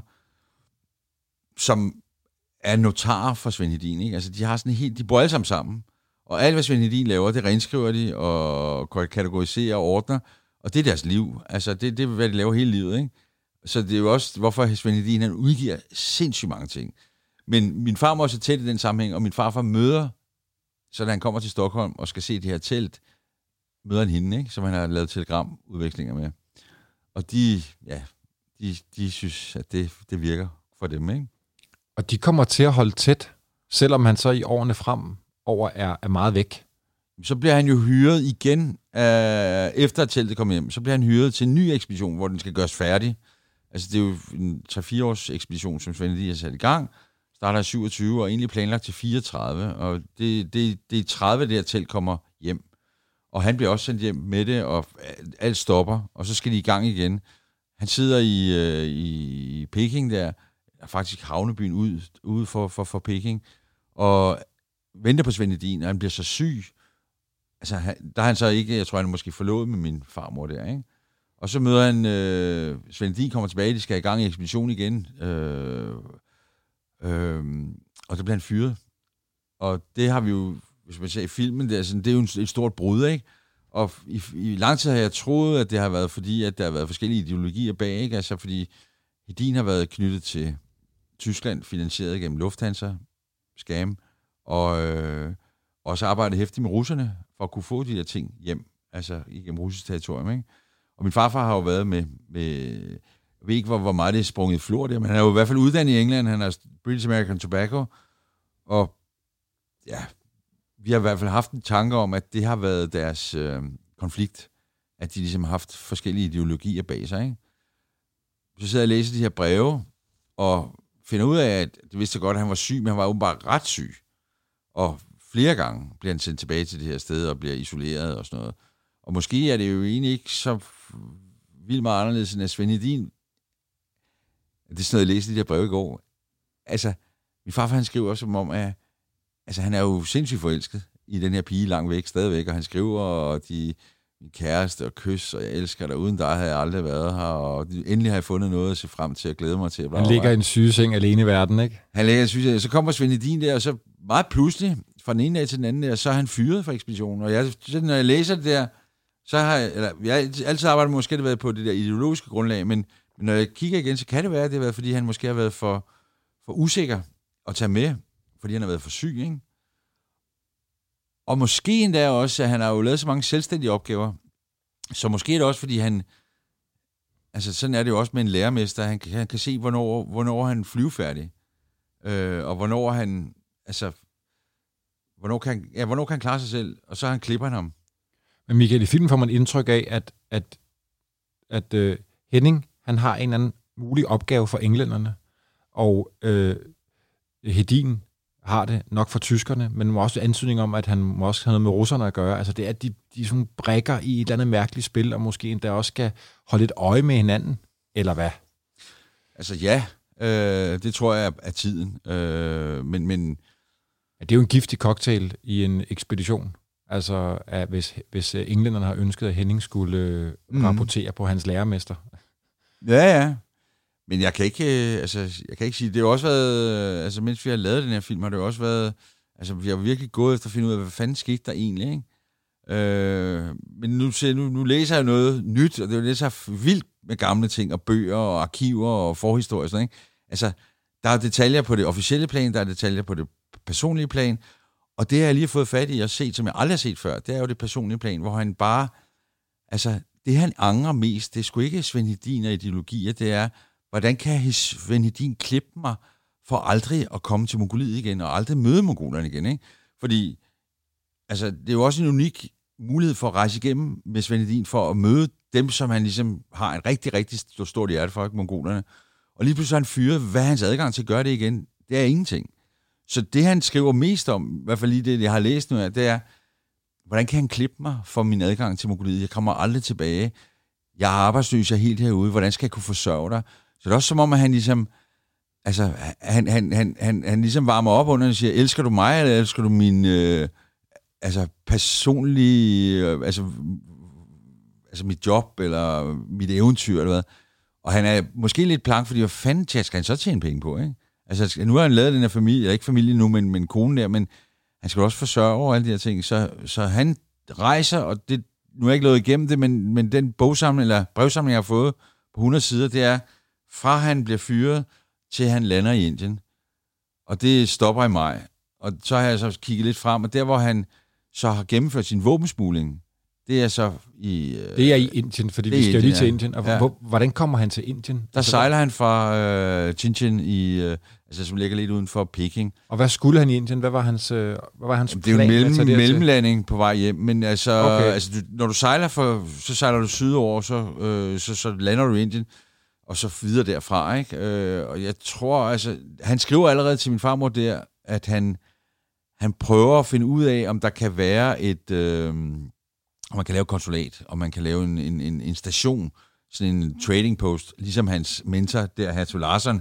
som er notarer for Svend Hedin, ikke? Altså, de har sådan helt, de bor alle sammen sammen, og alt, hvad Svend Hedin laver, det renskriver de, og kategoriserer og ordner, og det er deres liv. Altså, det, det er, hvad de laver hele livet, ikke? Så det er jo også, hvorfor Svend Hedin, han udgiver sindssygt mange ting. Men min far må også tæt i den sammenhæng, og min farfar møder, så da han kommer til Stockholm og skal se det her telt, møder han hende, ikke? Som han har lavet telegramudvekslinger med. Og de, ja, de, de synes, at det, det virker for dem, ikke? Og de kommer til at holde tæt, selvom han så i årene fremover er, er meget væk. Så bliver han jo hyret igen, øh, efter at teltet kommer hjem, så bliver han hyret til en ny ekspedition, hvor den skal gøres færdig. Altså, det er jo en tre-fire års ekspedition, som Svend Hedin har sat i gang. Starter i syvogtyve og egentlig planlagt til fireogtredive, og det, det, det er tredive, det her telt kommer hjem. Og han bliver også sendt hjem med det, og alt stopper, og så skal de i gang igen. Han sidder i, øh, i Peking der, faktisk havnebyen ud, ude for, for, for Peking, og venter på Svend Hedin, og han bliver så syg. Altså, han, der er han så ikke, jeg tror, han er måske forlovet med min farmor der, ikke? Og så møder han, øh, Svend Hedin kommer tilbage, de skal i gang i ekspedition igen, øh, øh, og så bliver han fyret. Og det har vi jo, hvis man ser i filmen, det er, sådan, det er jo et stort brud, ikke? Og i, i lang tid har jeg troet, at det har været fordi, at der har været forskellige ideologier bag, ikke? Altså, fordi Hedin har været knyttet til Tyskland, finansieret gennem Lufthansa, Scam, og øh, også arbejdet hæftigt med russerne, for at kunne få de der ting hjem, altså igennem russisk territorium, ikke? Og min farfar har jo været med, med jeg ved ikke, hvor, hvor meget det er sprunget i flor der, men han er jo i hvert fald uddannet i England, han er British American Tobacco, og ja, vi har i hvert fald haft en tanke om, at det har været deres øh, konflikt, at de ligesom har haft forskellige ideologier bag sig, ikke? Så sidder jeg og læser de her breve, og finder ud af, at det vidste godt, at han var syg, men han var åbenbart ret syg. Og flere gange bliver han sendt tilbage til det her sted, og bliver isoleret og sådan noget. Og måske er det jo egentlig ikke så vildt meget anderledes end at Svend Hedin. Det er sådan noget, jeg læste i de her breve i går. Altså, min farfar, han skriver også som om, at altså, han er jo sindssygt forelsket i den her pige langt væk, stadigvæk, og han skriver, og de, min kæreste og kys, og jeg elsker dig, uden dig havde jeg aldrig været her, og endelig har jeg fundet noget at se frem til, at glæde mig til. Bla, bla, bla. Han ligger i en sygeseng alene i verden, ikke? Han ligger i en sygeseng, så kommer Svend Hedin der, og så meget pludselig, fra den ene dag til den anden der, så er han fyret fra ekspeditionen, og jeg, så, når jeg læser det der, så har jeg, eller, jeg har altid arbejdet måske det været på det der ideologiske grundlag, men, men når jeg kigger igen, så kan det være, at det har været, fordi han måske har været for, for usikker at tage med, fordi han har været for syg, ikke? Og måske endda også, at han har jo lavet så mange selvstændige opgaver, så måske er det også, fordi han, altså sådan er det jo også med en lærermester, han, han kan se, hvornår, hvornår han er flyvefærdig, øh, og hvornår han, altså, hvornår kan, ja, hvornår kan han klare sig selv, og så han klipper han ham. Men Michael, i filmen får man indtryk af, at, at, at uh, Henning, han har en eller anden mulig opgave for englænderne, og uh, Hedin har det nok for tyskerne, men må også antydning om, at han må også have noget med russerne at gøre. Altså det er, at de, de er sådan brækker i et eller andet mærkeligt spil, og måske endda også skal holde et øje med hinanden, eller hvad? Altså ja, øh, det tror jeg er tiden. Øh, men, men ja, det er jo en giftig cocktail i en ekspedition. Altså at hvis, hvis englænderne har ønsket, at Henning skulle øh, mm. rapportere på hans lærermester. Ja, ja. Men jeg kan ikke, altså, jeg kan ikke sige, det har jo også været, altså mens vi har lavet den her film, har det jo også været, altså vi har virkelig gået efter at finde ud af, hvad fanden skete der egentlig, ikke? Øh, men nu, nu, nu læser jeg noget nyt, og det er jo lidt så vildt med gamle ting, og bøger, og arkiver, og forhistorie og sådan, ikke? Altså, der er detaljer på det officielle plan, der er detaljer på det personlige plan, og det har jeg lige fået fat i og set, som jeg aldrig har set før, det er jo det personlige plan, hvor han bare, altså, det han angrer mest, det er sgu ikke Svend Hedin og ideologier, det er, hvordan kan Svend Hedin klippe mig for aldrig at komme til Mongoliet igen, og aldrig møde mongolerne igen, ikke? Fordi, altså, det er jo også en unik mulighed for at rejse igennem med Svend Hedin, for at møde dem, som han ligesom har en rigtig, rigtig stort hjerte for, ikke, mongolerne. Og lige pludselig har han fyret, hvad er hans adgang til at gøre det igen? Det er ingenting. Så det, han skriver mest om, i hvert fald lige det, jeg har læst nu af, det er, hvordan kan han klippe mig for min adgang til Mongoliet? Jeg kommer aldrig tilbage. Jeg er arbejdsløs, jeg er helt herude. Hvordan skal jeg kunne forsørge dig? Så det er også som om, at han ligesom, altså, han, han, han, han, han ligesom varmer op under og siger, elsker du mig, eller elsker du min, øh, altså, personlige, øh, altså, altså, mit job, eller mit eventyr, eller hvad. Og han er måske lidt plank, fordi hvad fanden skal han så tjene penge på, ikke? Altså, nu har han lavet den her familie, eller ikke familie nu, men, men kone der, men han skal også forsørge over alle de her ting, så, så han rejser, og det, nu er jeg ikke løbet igennem det, men, men den bogsamling, eller brevsamling, jeg har fået på hundrede sider, det er, fra han bliver fyret, til han lander i Indien. Og det stopper i maj. Og så har jeg så kigget lidt frem, og der, hvor han så har gennemført sin våbensmugling, det er så i... Øh, det er i Indien, fordi vi skal Indien, lige til Indien. Og ja. hvor, hvordan kommer han til Indien? Der altså, sejler han fra øh, Chin i, øh, altså, som ligger lidt uden for Peking. Og hvad skulle han i Indien? Hvad var hans, øh, hvad var hans det er jo en mellem, mellemlanding på vej hjem, men altså, okay. altså du, når du sejler, for, så sejler du sydover, så, øh, så, så lander du i Indien, og så videre derfra, ikke? Øh, og jeg tror, altså, han skriver allerede til min farmor der, at han, han prøver at finde ud af, om der kan være et... Øh, og man kan lave konsulat, og man kan lave en, en, en, en station, sådan en trading post, ligesom hans mentor, der Hertug Larsson.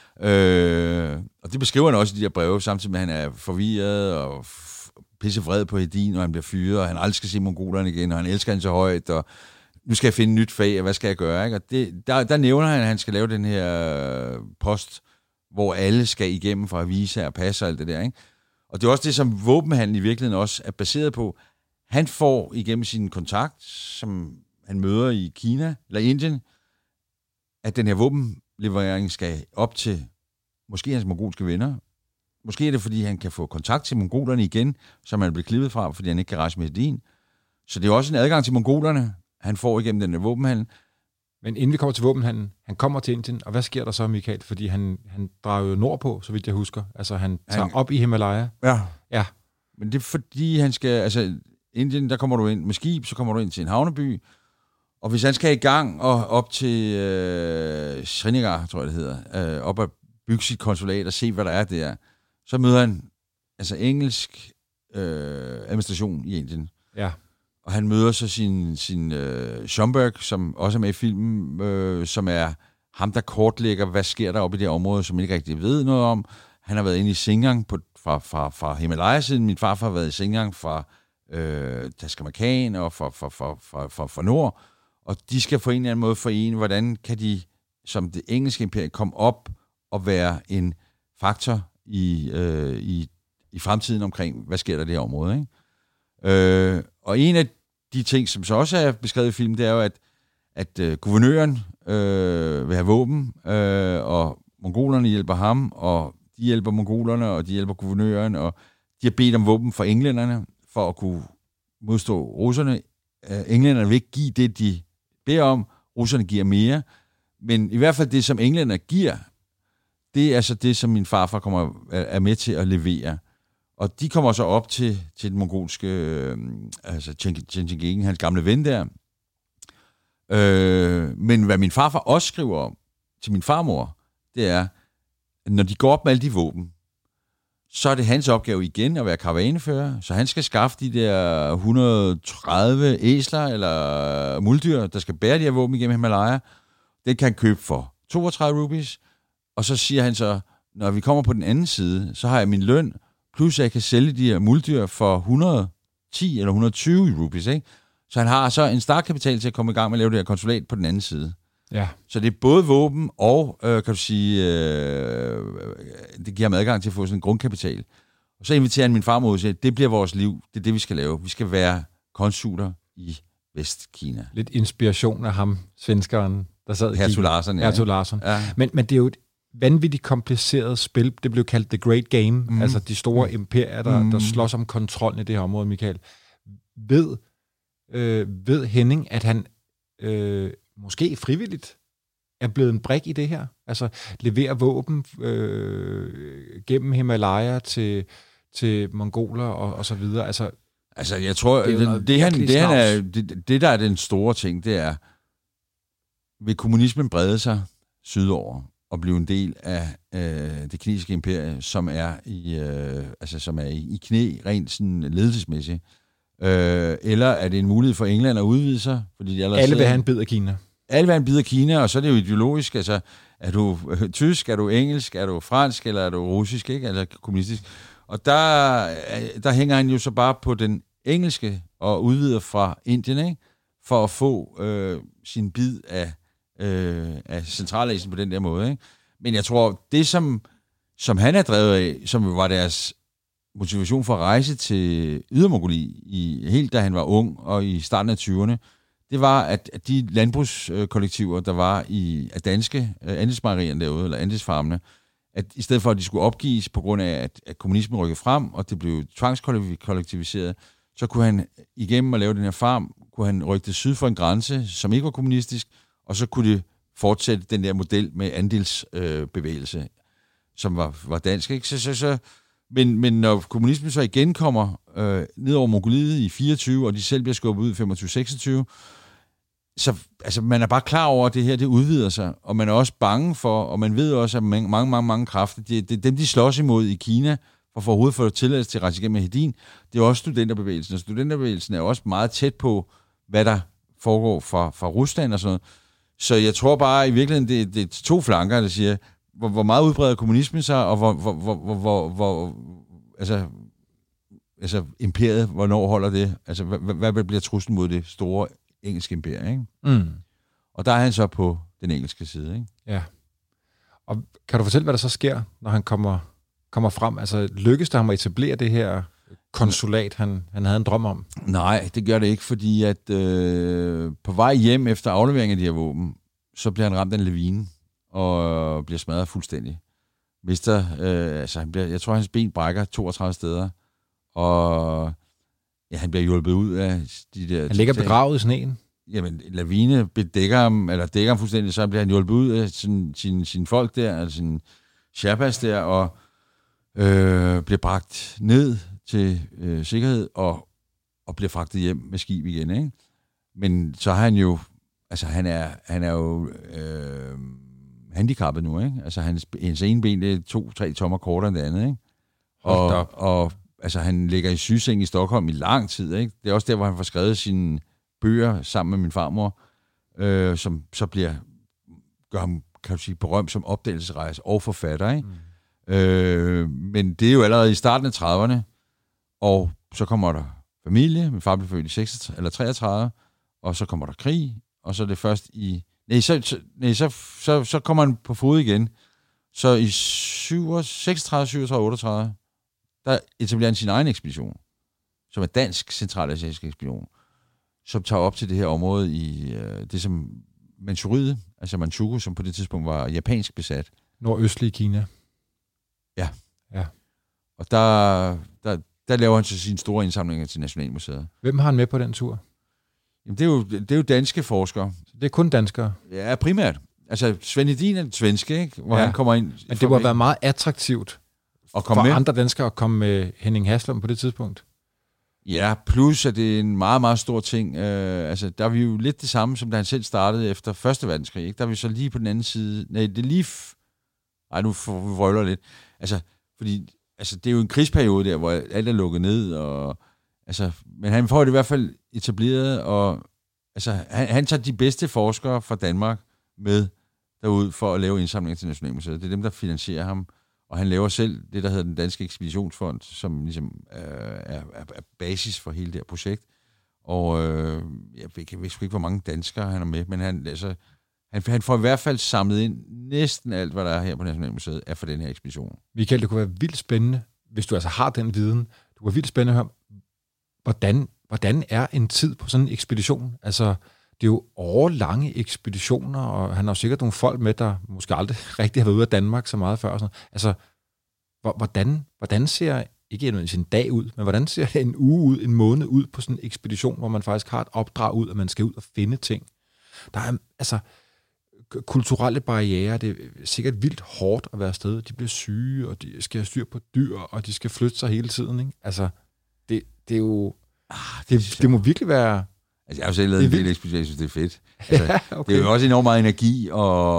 Øh, og det beskriver han også i de her breve, samtidig med, at han er forvirret og pissevred på Hedin, og han bliver fyret, og han aldrig skal se mongolerne igen, og han elsker han så højt, og nu skal jeg finde et nyt fag, og hvad skal jeg gøre? Ikke? Og det, der, der nævner han, at han skal lave den her post, hvor alle skal igennem for at vise og passe og alt det der. Ikke? Og det er også det, som våbenhandel i virkeligheden også er baseret på. Han får igennem sin kontakt, som han møder i Kina eller Indien, at den her våbenlevering skal op til måske hans mongolske venner. Måske er det, fordi han kan få kontakt til mongolerne igen, som han er blevet klippet fra, fordi han ikke kan rejse med Hedin. Så det er også en adgang til mongolerne, han får igennem den her våbenhandel. Men inden vi kommer til våbenhandlen, han kommer til Indien, og hvad sker der så, Michael? Fordi han, han drager jo nordpå, så vidt jeg husker. Altså han tager han, op i Himalaya. Ja. Ja. Men det er fordi, han skal... Altså, Indien, der kommer du ind med skib, så kommer du ind til en havneby, og hvis han skal i gang og op til øh, Srinagar, tror jeg det hedder, øh, op at bygge sit konsulat og se, hvad der er der, så møder han altså engelsk øh, administration i Indien. Ja. og han møder så sin, sin uh, Schomburg, som også er med i filmen, uh, som er ham, der kortlægger, hvad sker der oppe i det område, som man ikke rigtig ved noget om. Han har været inde i Xinjiang på, fra, fra, fra Himalaya-siden. Min farfar har været i Xinjiang fra øh, Taskamakan og fra, fra, fra, fra, fra, fra nord. Og de skal på en eller anden måde forene, hvordan kan de, som det engelske imperium, komme op og være en faktor i, øh, i, i fremtiden omkring, hvad sker der i det her område, ikke? Øh, og en af de ting, som så også er beskrevet i filmen, det er jo, at, at øh, guvernøren øh, vil have våben, øh, og mongolerne hjælper ham, og de hjælper mongolerne, og de hjælper guvernøren, og de har bedt om våben for englænderne, for at kunne modstå russerne. Øh, englænderne vil ikke give det, de beder om. Russerne giver mere. Men i hvert fald det, som englænderne giver, det er så det, som min farfar kommer, er med til at levere. Og de kommer så op til, til den mongolske, øh, altså Tjenjingegen, hans gamle ven der. Øh, men hvad min farfar også skriver om til min farmor, det er, at når de går op med alle de våben, så er det hans opgave igen at være karavanefører, så han skal skaffe de der et hundrede og tredive æsler eller muldyr, der skal bære de her våben igennem Himalaya. Den kan han købe for toogtredive rupees, og så siger han så, når vi kommer på den anden side, så har jeg min løn, plus jeg kan sælge de her muldyr for et hundrede og ti eller et hundrede og tyve rupees, ikke? Så han har så en startkapital til at komme i gang med at lave det her konsulat på den anden side. Ja. Så det er både våben og, øh, kan du sige, øh, det giver ham adgang til at få sådan en grundkapital. Og så inviterer han min farmor og siger, det bliver vores liv, det er det, vi skal lave. Vi skal være konsuler i Vestkina. Lidt inspiration af ham, svenskeren, der sad i Hertug Larsen, ja. Hertug Larsen. Ja. Men, men det er jo et vanvittigt kompliceret spil. Det blev kaldt The Great Game, mm. altså de store imperier, der, mm. der slås om kontrollen i det her område, Michael. Ved, øh, ved Henning, at han øh, måske frivilligt er blevet en brik i det her? Altså leverer våben øh, gennem Himalaya til, til mongoler og, og så videre? Altså, altså jeg tror, det, det, det, han, det, han er, det, det der er den store ting, det er, vil kommunismen brede sig sydover og blive en del af øh, det kinesiske imperie, som er i, øh, altså, som er i, i knæ, rent sådan ledelsesmæssigt. Øh, eller er det en mulighed for England at udvide sig? Fordi de alle vil have en bid af Kina. Alle vil have en bid af Kina, og så er det jo ideologisk. Altså, er du øh, tysk, er du engelsk, er du fransk, eller er du russisk, ikke? Altså kommunistisk. Og der, der hænger han jo så bare på den engelske og udvider fra Indien, ikke? For at få øh, sin bid af Øh, af Centralasien på den der måde, ikke? Men jeg tror, det som, som han er drevet af, som var deres motivation for at rejse til Ydermongoli, i, helt da han var ung og i starten af tyverne, det var, at, at de landbrugskollektiver, der var i af danske øh, andelsmejerierne derude, eller andelsfarmene, at i stedet for, at de skulle opgives på grund af, at, at kommunismen rykkede frem, og det blev tvangskollektiviseret, så kunne han igennem at lave den her farm, kunne han rykke det syd for en grænse, som ikke var kommunistisk, og så kunne de fortsætte den der model med andelsbevægelse, øh, som var, var dansk. Ikke? Så, så, så, men, men når kommunismen så igen kommer øh, ned over Mongoliet i fireogtyve, og de selv bliver skubbet ud i femogtyve seksogtyve, så altså, man er bare klar over, at det her det udvider sig, og man er også bange for, og man ved også, at mange, mange, mange, mange kræfter, det, det, dem de slås imod i Kina, for at få overhovedet få tilladelse til at rejse igennem Hedin, det er også studenterbevægelsen, og studenterbevægelsen er også meget tæt på, hvad der foregår fra, fra Rusland og sådan noget. Så jeg tror bare, i virkeligheden, det, det er to flanker, der siger, hvor, hvor meget udbreder kommunismen sig, og hvor, hvor, hvor, hvor, hvor, hvor altså, altså imperiet, hvornår holder det? Altså, hvad, hvad bliver truslen mod det store engelske imperie, ikke? Mm. Og der er han så på den engelske side, ikke? Ja. Og kan du fortælle, hvad der så sker, når han kommer, kommer frem? Altså, lykkes det ham at etablere det her konsulat, han, han havde en drøm om? Nej, det gør det ikke, fordi at øh, på vej hjem efter aflevering af de her våben, så bliver han ramt af en lavine, og bliver smadret fuldstændig. Mister, øh, altså han bliver, jeg tror, hans ben brækker toogtredive steder, og ja, han bliver hjulpet ud af de der... Han ligger begravet i sneen? Jamen, lavine bedækker ham, eller dækker ham fuldstændig, så bliver han hjulpet ud af sine sin, sin folk der, altså sine sherpas der, og øh, bliver bragt ned til øh, sikkerhed, og, og bliver fragtet hjem med skib igen, ikke? Men så har han jo, altså han er, han er jo øh, handicappet nu, ikke? Altså hans, hans ene ben, det er to-tre tommer kortere end det andet, ikke? Og, og altså, han ligger i sygeseng i Stockholm i lang tid, ikke? Det er også der, hvor han får skrevet sine bøger sammen med min farmor, øh, som så bliver, gør ham, kan du sige, berømt som opdagelsesrejse og forfatter, ikke? Mm. Øh, men det er jo allerede i starten af trediverne, og så kommer der familie. Min far blev født i seksogtredive, eller treogtredive, og så kommer der krig, og så er det først i... Nej, så, så, nej, så, så, så kommer han på fod igen. Så i seksogtredive, syvogtredive, otteogtredive, der etablerer han sin egen ekspedition, som er dansk centralasiatisk ekspedition, som tager op til det her område i øh, det som Manchuriet, altså Manchukuo, som på det tidspunkt var japansk besat. Nordøstlige Kina. Ja. Ja. Og der, der, der laver han så sine store indsamlinger til Nationalmuseet. Hvem har han med på den tur? Jamen, det er jo, det er jo danske forskere. Det er kun danskere? Ja, primært. Altså, Svend Hedin er den svenske, ikke? Hvor ja. han kommer ind... Men det må være meget attraktivt at komme for med. andre danskere at komme med Henning Haslund på det tidspunkt. Ja, plus at det er en meget, meget stor ting. Øh, altså, der er vi jo lidt det samme, som da han selv startede efter første verdenskrig, ikke? Der er vi så lige på den anden side... Nej, det er lige... F- Ej, nu får vi vrøvler lidt. Altså, fordi... Altså, det er jo en krigsperiode der, hvor alt er lukket ned, og... Altså, men han får det i hvert fald etableret, og... Altså, han, han tager de bedste forskere fra Danmark med derud for at lave indsamlinger til Nationalmuseet. Det er dem, der finansierer ham. Og han laver selv det, der hedder den Danske Ekspeditionsfond, som ligesom øh, er, er, er basis for hele det her projekt. Og øh, jeg ved ikke, ikke, hvor mange danskere han er med, men han, altså, han, han får i hvert fald samlet ind næsten alt, hvad der er her på Nationalmuseet, er for den her ekspedition. Michael, det kunne være vildt spændende, hvis du altså har den viden. Det kunne være vildt spændende at høre, hvordan, hvordan er en tid på sådan en ekspedition? Altså, det er jo årlange ekspeditioner, og han har jo sikkert nogle folk med, der måske aldrig rigtig har været ude af Danmark så meget før. Og sådan. Altså, hvordan, hvordan ser, ikke en, en dag ud, men hvordan ser en uge ud, en måned ud på sådan en ekspedition, hvor man faktisk har et opdrag ud, at man skal ud og finde ting? Der er altså kulturelle barrierer, det er sikkert vildt hårdt at være afsted. De bliver syge, og de skal have styr på dyr, og de skal flytte sig hele tiden. Ikke? Altså, det, det er jo... Ah, det, det, det må virkelig være... Altså, jeg har jo selv lavet en del ekspedition, jeg synes, det er fedt. Altså, ja, okay. Det er jo også enormt meget energi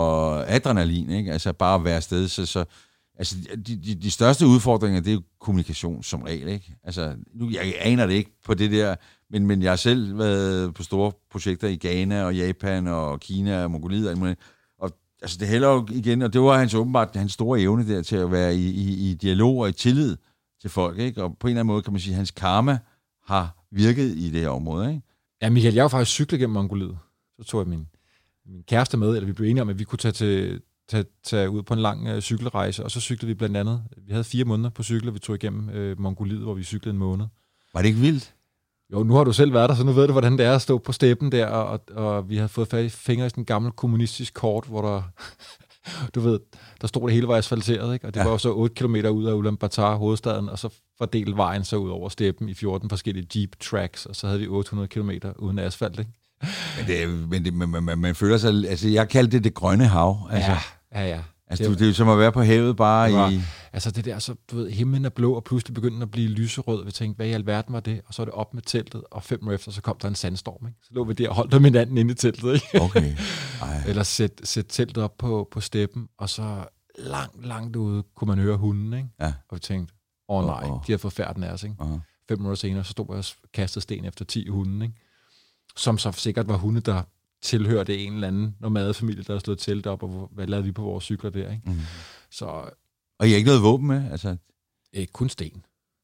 og adrenalin, ikke? Altså, bare at være afsted, så... så altså, de, de, de største udfordringer, det er jo kommunikation som regel, ikke? Altså, nu, jeg aner det ikke på det der, men, men jeg har selv været på store projekter i Ghana og Japan og Kina og Mongoliet og, og altså, det hælder jo igen, og det var hans åbenbart hans store evne der til at være i, i, i dialog og i tillid til folk, ikke? Og på en eller anden måde kan man sige, at hans karma har virket i det her område, ikke? Ja, Michael, jeg var faktisk cyklet gennem Mongoliet. Så tog jeg min, min kæreste med, eller vi blev enige om, at vi kunne tage, til, tage, tage ud på en lang øh, cykelrejse, og så cyklede vi blandt andet. Vi havde fire måneder på cykel, og vi tog igennem øh, Mongoliet, hvor vi cyklede en måned. Var det ikke vildt? Jo, nu har du selv været der, så nu ved du, hvordan det er at stå på steppen der, og, og vi havde fået fat i fingre i sådan en gammel kommunistisk kort, hvor der, du ved, der stod det hele var asfalteret, ikke? Og det ja. var jo så otte kilometer ud af Ulaanbaatar, hovedstaden, og så fordelte vejen så ud over steppen i fjorten forskellige jeep tracks, og så havde vi otte hundrede kilometer uden asfalt, ikke? Men, det, men det, man, man, man føler sig... Altså, jeg kaldte det det grønne hav. Altså, ja, ja, ja. Altså, det, det er jo som at være på havet bare det var, i... Altså, det der, så, du ved, himlen er blå, og pludselig begyndte at blive lyserød. Vi tænkte, hvad i alverden var det? Og så er det op med teltet, og fem år efter, så kom der en sandstorm, ikke? Så lå vi der og holdt der med hinanden inde i teltet, ikke? Okay. Eller sæt, sæt teltet op på, på steppen, og så langt, langt ude kunne man høre hunden, ikke? Ja. Og vi tænkte, åh oh, nej, oh, oh. de har fået færden af os, ikke? Uh-huh. Fem minutter senere, så stod jeg og kastede sten efter ti hunde, ikke? Som så sikkert var hunde, der tilhørte en eller anden nomadefamilie, der stod telt op, og hvad lavede vi på vores cykler der, ikke? Mm. Så... Og I har ikke noget våben med? Altså... Eh, kun sten.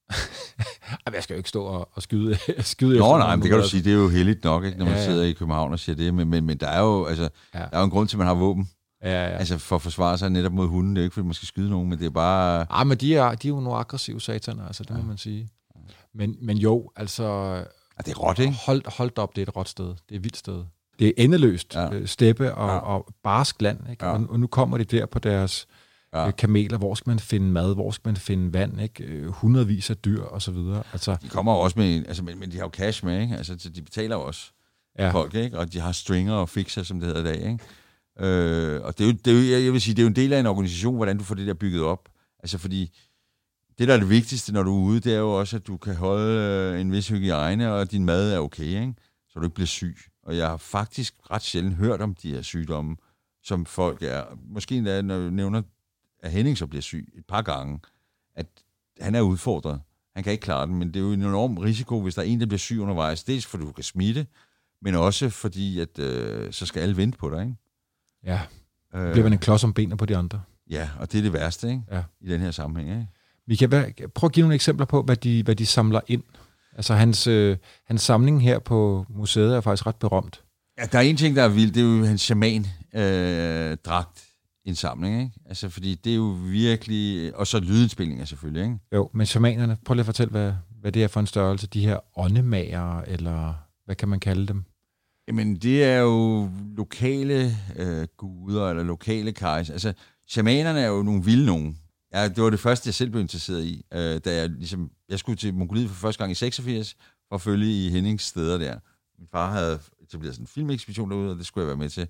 Jeg skal jo ikke stå og, og skyde, skyde Nå, nej, men det kan du sige, det er jo heldigt nok, ikke, når man ja, ja. sidder i København og siger det, men, men, men der er jo altså, ja. der er jo en grund til, at man har våben. Ja, ja. Altså for at forsvare sig netop mod hunden. Det er ikke, fordi man skal skyde nogen, men det er bare... Ah, men de er, de er jo nogle aggressive sataner, altså, det ja. må man sige. Men, men jo, altså... Ja, det er råt, ikke? Hold, hold op, det er et råt sted. Det er et vildt sted. Det er endeløst ja. steppe og, ja. og barsk land, ikke? Ja. Og, og nu kommer de der på deres ja. kameler. Hvor skal man finde mad? Hvor skal man finde vand? Ikke? Hundredvis af dyr og så videre. Altså, de kommer jo også med, altså, men, men de har jo cash med, ikke? Altså, de betaler jo også ja. folk, ikke? Og de har stringer og fixer, som det hedder i dag, ikke? Øh, og det er, jo, det er jo, jeg vil sige, det er jo en del af en organisation, hvordan du får det der bygget op. Altså, fordi det, der er det vigtigste, når du er ude, det er jo også, at du kan holde en vis hygiejne, og din mad er okay, ikke? Så du ikke bliver syg. Og jeg har faktisk ret sjældent hørt om de her sygdomme, som folk er. Måske når du nævner, at Henning så bliver syg et par gange, at han er udfordret. Han kan ikke klare den, men det er jo en enorm risiko, hvis der er en, der bliver syg undervejs. Dels fordi du kan smitte, men også fordi, at øh, så skal alle vente på dig, ikke? Ja, øh, bliver man en klods om benene på de andre. Ja, og det er det værste, ikke? Ja. I den her sammenhæng, ikke? Vi kan være, prøv at give nogle eksempler på, hvad de, hvad de samler ind. Altså hans, øh, hans samling her på museet er faktisk ret berømt. Ja, der er en ting, der er vild, det er jo hans shaman-dragt. Øh, indsamling, ikke? Altså, fordi det er jo virkelig... Og så lydindspilninger selvfølgelig, ikke? Jo, men shamanerne, prøv lige at fortælle, hvad, hvad det er for en størrelse. De her åndemager, eller hvad kan man kalde dem? Jamen, det er jo lokale øh, guder, eller lokale kejser. Altså, shamanerne er jo nogle vilde nogen. Ja, det var det første, jeg selv blev interesseret i, øh, da jeg ligesom... Jeg skulle til Mongoliet for første gang i seksogfirs, for at følge i Hennings steder der. Min far havde etableret sådan en filmekspedition derude, og det skulle jeg være med til.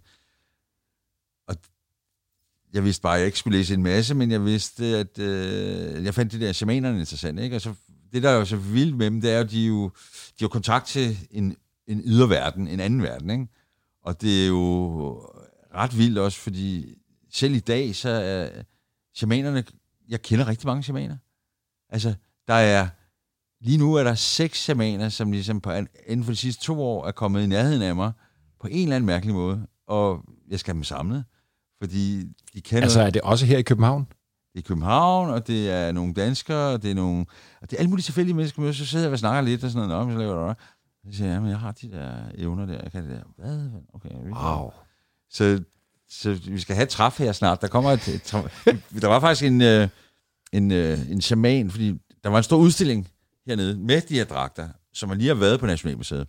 Og jeg vidste bare, at jeg ikke skulle læse en masse, men jeg vidste, at øh, jeg fandt de der shamanerne interessant, ikke? Og så, det, der er jo så vildt med dem, det er jo, de jo, de har kontakt til en, en yderverden, en anden verden, ikke? Og det er jo ret vildt også, fordi selv i dag, så er shamanerne, jeg kender rigtig mange shamaner. Altså, der er, lige nu er der seks shamaner, som ligesom på, inden for de sidste to år er kommet i nærheden af mig, på en eller anden mærkelig måde, og jeg skal have dem samlet. Fordi de kender... Altså er det også her i København? Det er København, og det er nogle danskere, og det er nogle... Og det er alle mulige tilfældige mennesker, så sidder jeg og snakker lidt og sådan noget, så laver jeg det. Så siger jeg, jamen jeg har de der evner der, jeg kan det der. Hvad? Okay. Wow. Så, så vi skal have et træf her snart. Der kommer et... et der var faktisk en, en, en, en shaman, fordi der var en stor udstilling hernede med de her dragter, som man lige har været på Nationalmuseet.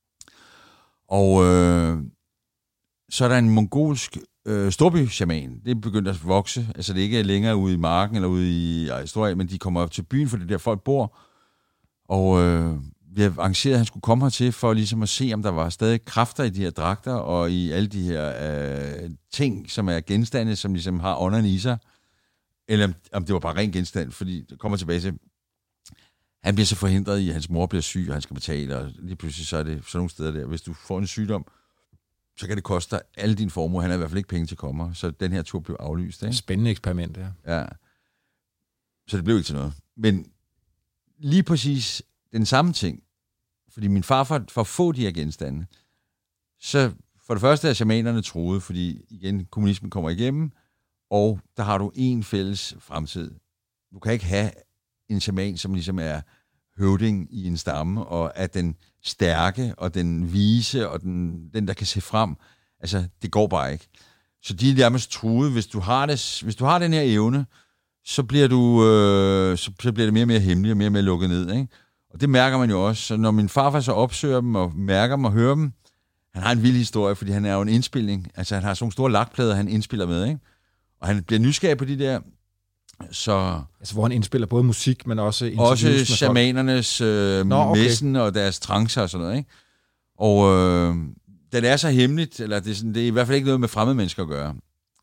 Og øh, så er der en mongolsk Øh, storby-shaman, det er begyndt at vokse. Altså det ikke er længere ude i marken eller ude i Historie, men de kommer op til byen, for det der folk bor. Og øh, vi har arrangeret, at han skulle komme hertil for ligesom at se, om der var stadig kræfter i de her dragter og i alle de her øh, ting, som er genstande, som ligesom har ånderne i sig. Eller om, om det var bare ren genstand, fordi det kommer tilbage til, han bliver så forhindret i, at hans mor bliver syg, og han skal betale, og lige pludselig så er det sådan nogle steder der. Hvis du får en sygdom, så kan det koste dig alle dine formuer. Han har i hvert fald ikke penge til kommer, så den her tur blev aflyst. Ikke? Spændende eksperiment, ja. Ja. Så det blev ikke til noget. Men lige præcis den samme ting, fordi min farfar, for at få de her genstande, så for det første er shamanerne troede, fordi igen, kommunismen kommer igennem, og der har du en fælles fremtid. Du kan ikke have en shaman, som ligesom er høvding i en stamme, og er den stærke, og den vise, og den, den der kan se frem. Altså, det går bare ikke. Så de er nærmest truet. Hvis du har, det, hvis du har den her evne, så bliver, du, øh, så, så bliver det mere og mere hemmeligt, og mere og mere lukket ned. Ikke? Og det mærker man jo også. Så når min farfar så opsøger dem, og mærker dem og hører dem, han har en vild historie, fordi han er jo en indspilning. Altså, han har sådan nogle store lakplader, han indspiller med, ikke? Og han bliver nysgerrig på de der. Så altså, hvor han indspiller både musik, men også også shamanernes øh, Nå, okay. messen og deres trancer og sådan noget, ikke? Og øh, den er så hemmeligt, eller det er, sådan, det er i hvert fald ikke noget med fremmede mennesker at gøre.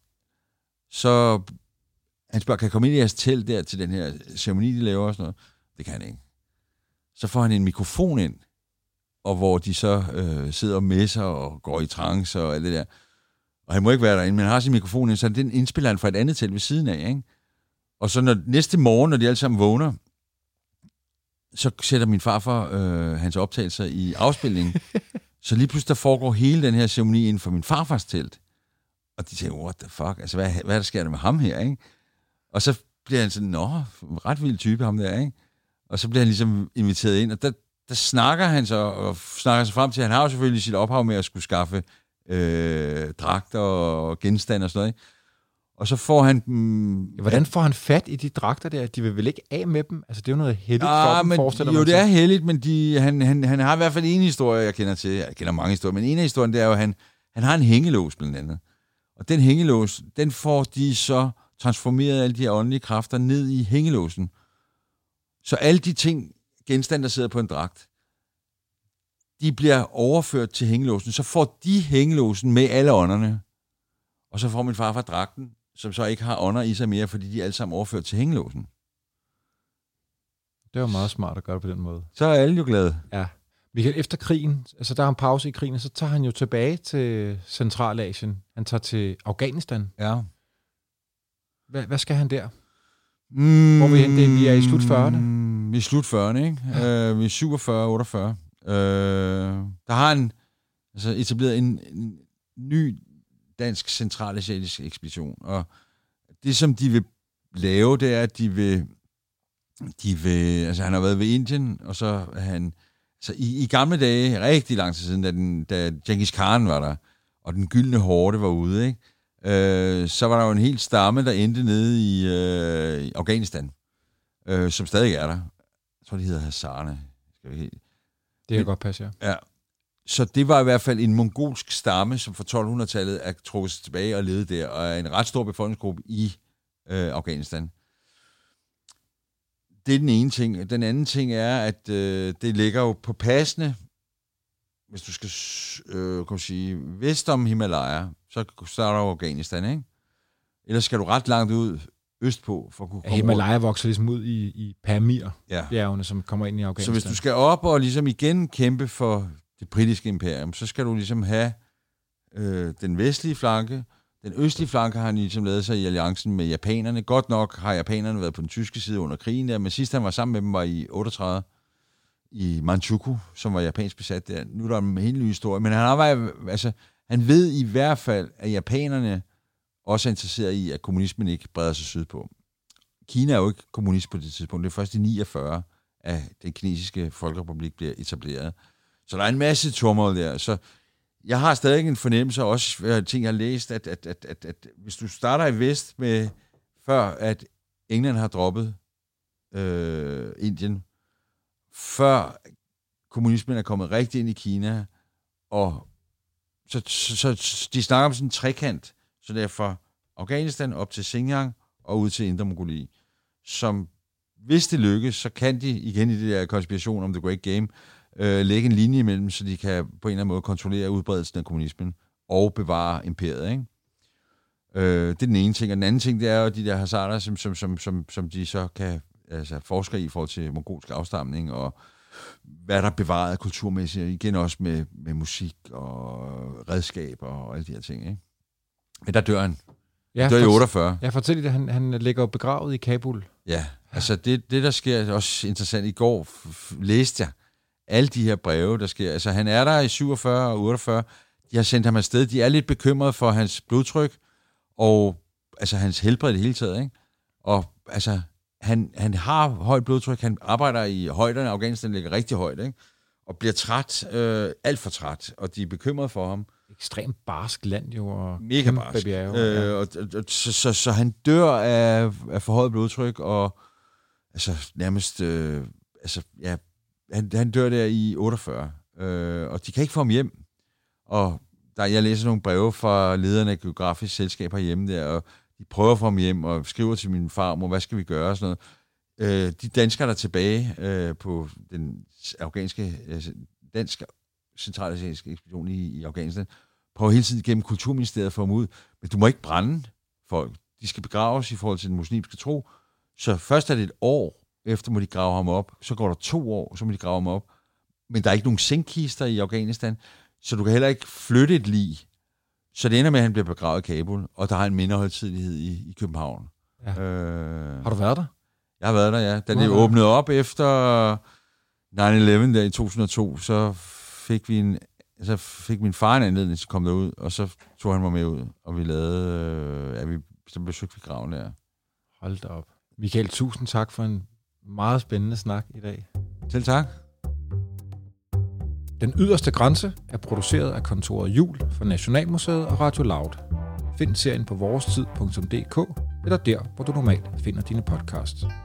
Så han spørger, kan jeg komme ind i jeres telt der til den her ceremoni, de laver og sådan noget? Det kan han ikke. Så får han en mikrofon ind, og hvor de så øh, sidder og messer og går i trance og alt det der. Og han må ikke være derinde, men han har sin mikrofon ind, så den indspiller han fra et andet telt ved siden af, ikke? Og så når, næste morgen, når de alle sammen vågner, så sætter min farfar øh, hans optagelser i afspilningen. Så lige pludselig der foregår hele den her ceremoni inden for min farfars telt. Og de tænker, what the fuck? Altså, hvad, hvad der sker der med ham her, ikke? Og så bliver han sådan, nå, ret vild type ham der, ikke? Og så bliver han ligesom inviteret ind, og der, der snakker han så, og snakker sig frem til, han har jo selvfølgelig sit ophav med at skulle skaffe øh, dragter og genstande og sådan noget, ikke? Og så får han... Mm, ja, hvordan får han fat i de dragter der? De vil vel ikke af med dem? Altså, det er jo noget heldigt ah, for dem, men, forestiller jo, man det sig. er heldigt, men de, han, han, han har i hvert fald en historie, jeg kender til. Jeg kender mange historier, men en af historien, det er jo, at han, han har en hængelås blandt andet. Og den hængelås, den får de så transformeret alle de her åndelige kræfter ned i hængelåsen. Så alle de ting, genstande, der sidder på en dragt, de bliver overført til hængelåsen. Så får de hængelåsen med alle ånderne. Og så får min farfar dragten, som så ikke har ånder i sig mere, fordi de er alle sammen overført til hængelåsen. Det er jo meget smart at gøre det på den måde. Så er alle jo glade. Ja. Michael, efter krigen, altså der er en pause i krigen, og så tager han jo tilbage til Centralasien. Han tager til Afghanistan. Ja. Hvad, hvad skal han der? Mm, Hvor vi hen? Det, vi er i slut fyrrerne. vi er slut fyrrerne, ikke? Ja. Øh, vi er syvogfyrre otteogfyrre. Øh, der har en, altså etableret en, en ny dansk centralasiatisk ekspedition, og det, som de vil lave, det er, at de vil, de vil, altså han har været ved Indien, og så er han, så i, i gamle dage, rigtig lang tid siden, da, den, da Genghis Khan var der, og den gyldne horde var ude, ikke? Øh, så var der jo en hel stamme, der endte nede i, øh, i Afghanistan, øh, som stadig er der. Jeg tror, de hedder Hazarerne. Skal vi helt... Det kan godt passe, ja. Ja. Så det var i hvert fald en mongolsk stamme, som fra tolvhundredetallet er trukket sig tilbage og levede der, og er en ret stor befolkningsgruppe i øh, Afghanistan. Det er den ene ting. Den anden ting er, at øh, det ligger jo på passende, hvis du skal øh, kan sige, vest om Himalaya, så starter du Afghanistan, ikke? Ellers skal du ret langt ud østpå for at kunne komme. Ja, Himalaya vokser ligesom ud i, i Pamir-bjergene, ja. Som kommer ind i Afghanistan. Så hvis du skal op og ligesom igen kæmpe for det britiske imperium, så skal du ligesom have øh, den vestlige flanke. Den østlige flanke har han ligesom lavet sig i alliancen med japanerne. Godt nok har japanerne været på den tyske side under krigen der, men sidst han var sammen med dem var i otteogtredive i Manchukuo, som var japansk besat der. Nu er der en helt ny historie, men han har været, altså, han ved i hvert fald, at japanerne også er interesseret i, at kommunismen ikke breder sig sydpå. Kina er jo ikke kommunist på det tidspunkt. Det er først i niogfyrre, at den kinesiske folkerepublik bliver etableret. Så der er en masse turmoil der. Så jeg har stadig en fornemmelse, også ting, jeg har læst, at, at, at, at, at hvis du starter i vest med, før at England har droppet øh, Indien, før kommunismen er kommet rigtig ind i Kina, og så, så, så de snakker om sådan en trekant, så det er fra Afghanistan op til Xinjiang og ud til Indre Mongoliet, som hvis det lykkes, så kan de igen i det der konspiration om The Great Game øh, lægge en linje imellem, så de kan på en eller anden måde kontrollere udbredelsen af kommunismen og bevare imperiet, ikke? Øh, det er den ene ting, og den anden ting, det er jo de der hazarder, som, som, som, som, som de så kan altså, forske i i forhold til mongolsk afstamning, og hvad der er bevaret kulturmæssigt, igen også med, med musik og redskaber og alle de her ting, ikke? Men der dør han. Ja, dør i otteogfyrre. Jeg fortæller det, han, han ligger begravet i Kabul. Ja, altså det, det der sker, er også interessant. I går f- f- læste jeg alle de her breve, der sker. Altså han er der i syvogfyrre og otteogfyrre. De har sendt ham afsted. De er lidt bekymrede for hans blodtryk og altså hans helbred i det hele taget, ikke? Og altså han, han har højt blodtryk. Han arbejder i højderne. Afghanistan ligger rigtig højt, ikke? Og bliver træt, øh, alt for træt. Og de er bekymrede for ham. Ekstremt barsk land jo. Og mega barsk. Bjerge, øh, ja. og, og, så, så, så han dør af, af forhøjet blodtryk, og altså nærmest, øh, altså ja, han, han dør der i otteogfyrre, øh, og de kan ikke få ham hjem. Og der, jeg læser nogle breve fra lederne af Geografisk Selskab herhjemme der, og de prøver at få ham hjem, og skriver til min farmor, hvad skal vi gøre, og sådan noget. Øh, de danskere, der er tilbage øh, på den afghanske, altså, danske centralasiatiske ekspedition i, i Afghanistan, prøver hele tiden gennem Kulturministeriet for dem ud, men du må ikke brænde folk. De skal begraves i forhold til den muslimske tro. Så først er det et år efter, må de grave ham op. Så går der to år, så må de grave ham op. Men der er ikke nogen sænkkister i Afghanistan, så du kan heller ikke flytte et lig. Så det ender med, at han bliver begravet i Kabul, og der har en mindehøjtidelighed i, i København. Ja. Øh, har du været der? Jeg har været der, ja. Da det åbnede op efter nine eleven der i to tusind og to, så fik vi en så fik min far en anledning til at komme derud, og så tog han mig med ud, og vi lavede, øh, ja, vi, så besøgte vi graven der. Hold da op. Michael, tusind tak for en meget spændende snak i dag. Selv tak. Den yderste grænse er produceret af kontoret Jul for Nationalmuseet og Radio Loud. Find serien på vorestid punktum d k eller der, hvor du normalt finder dine podcasts.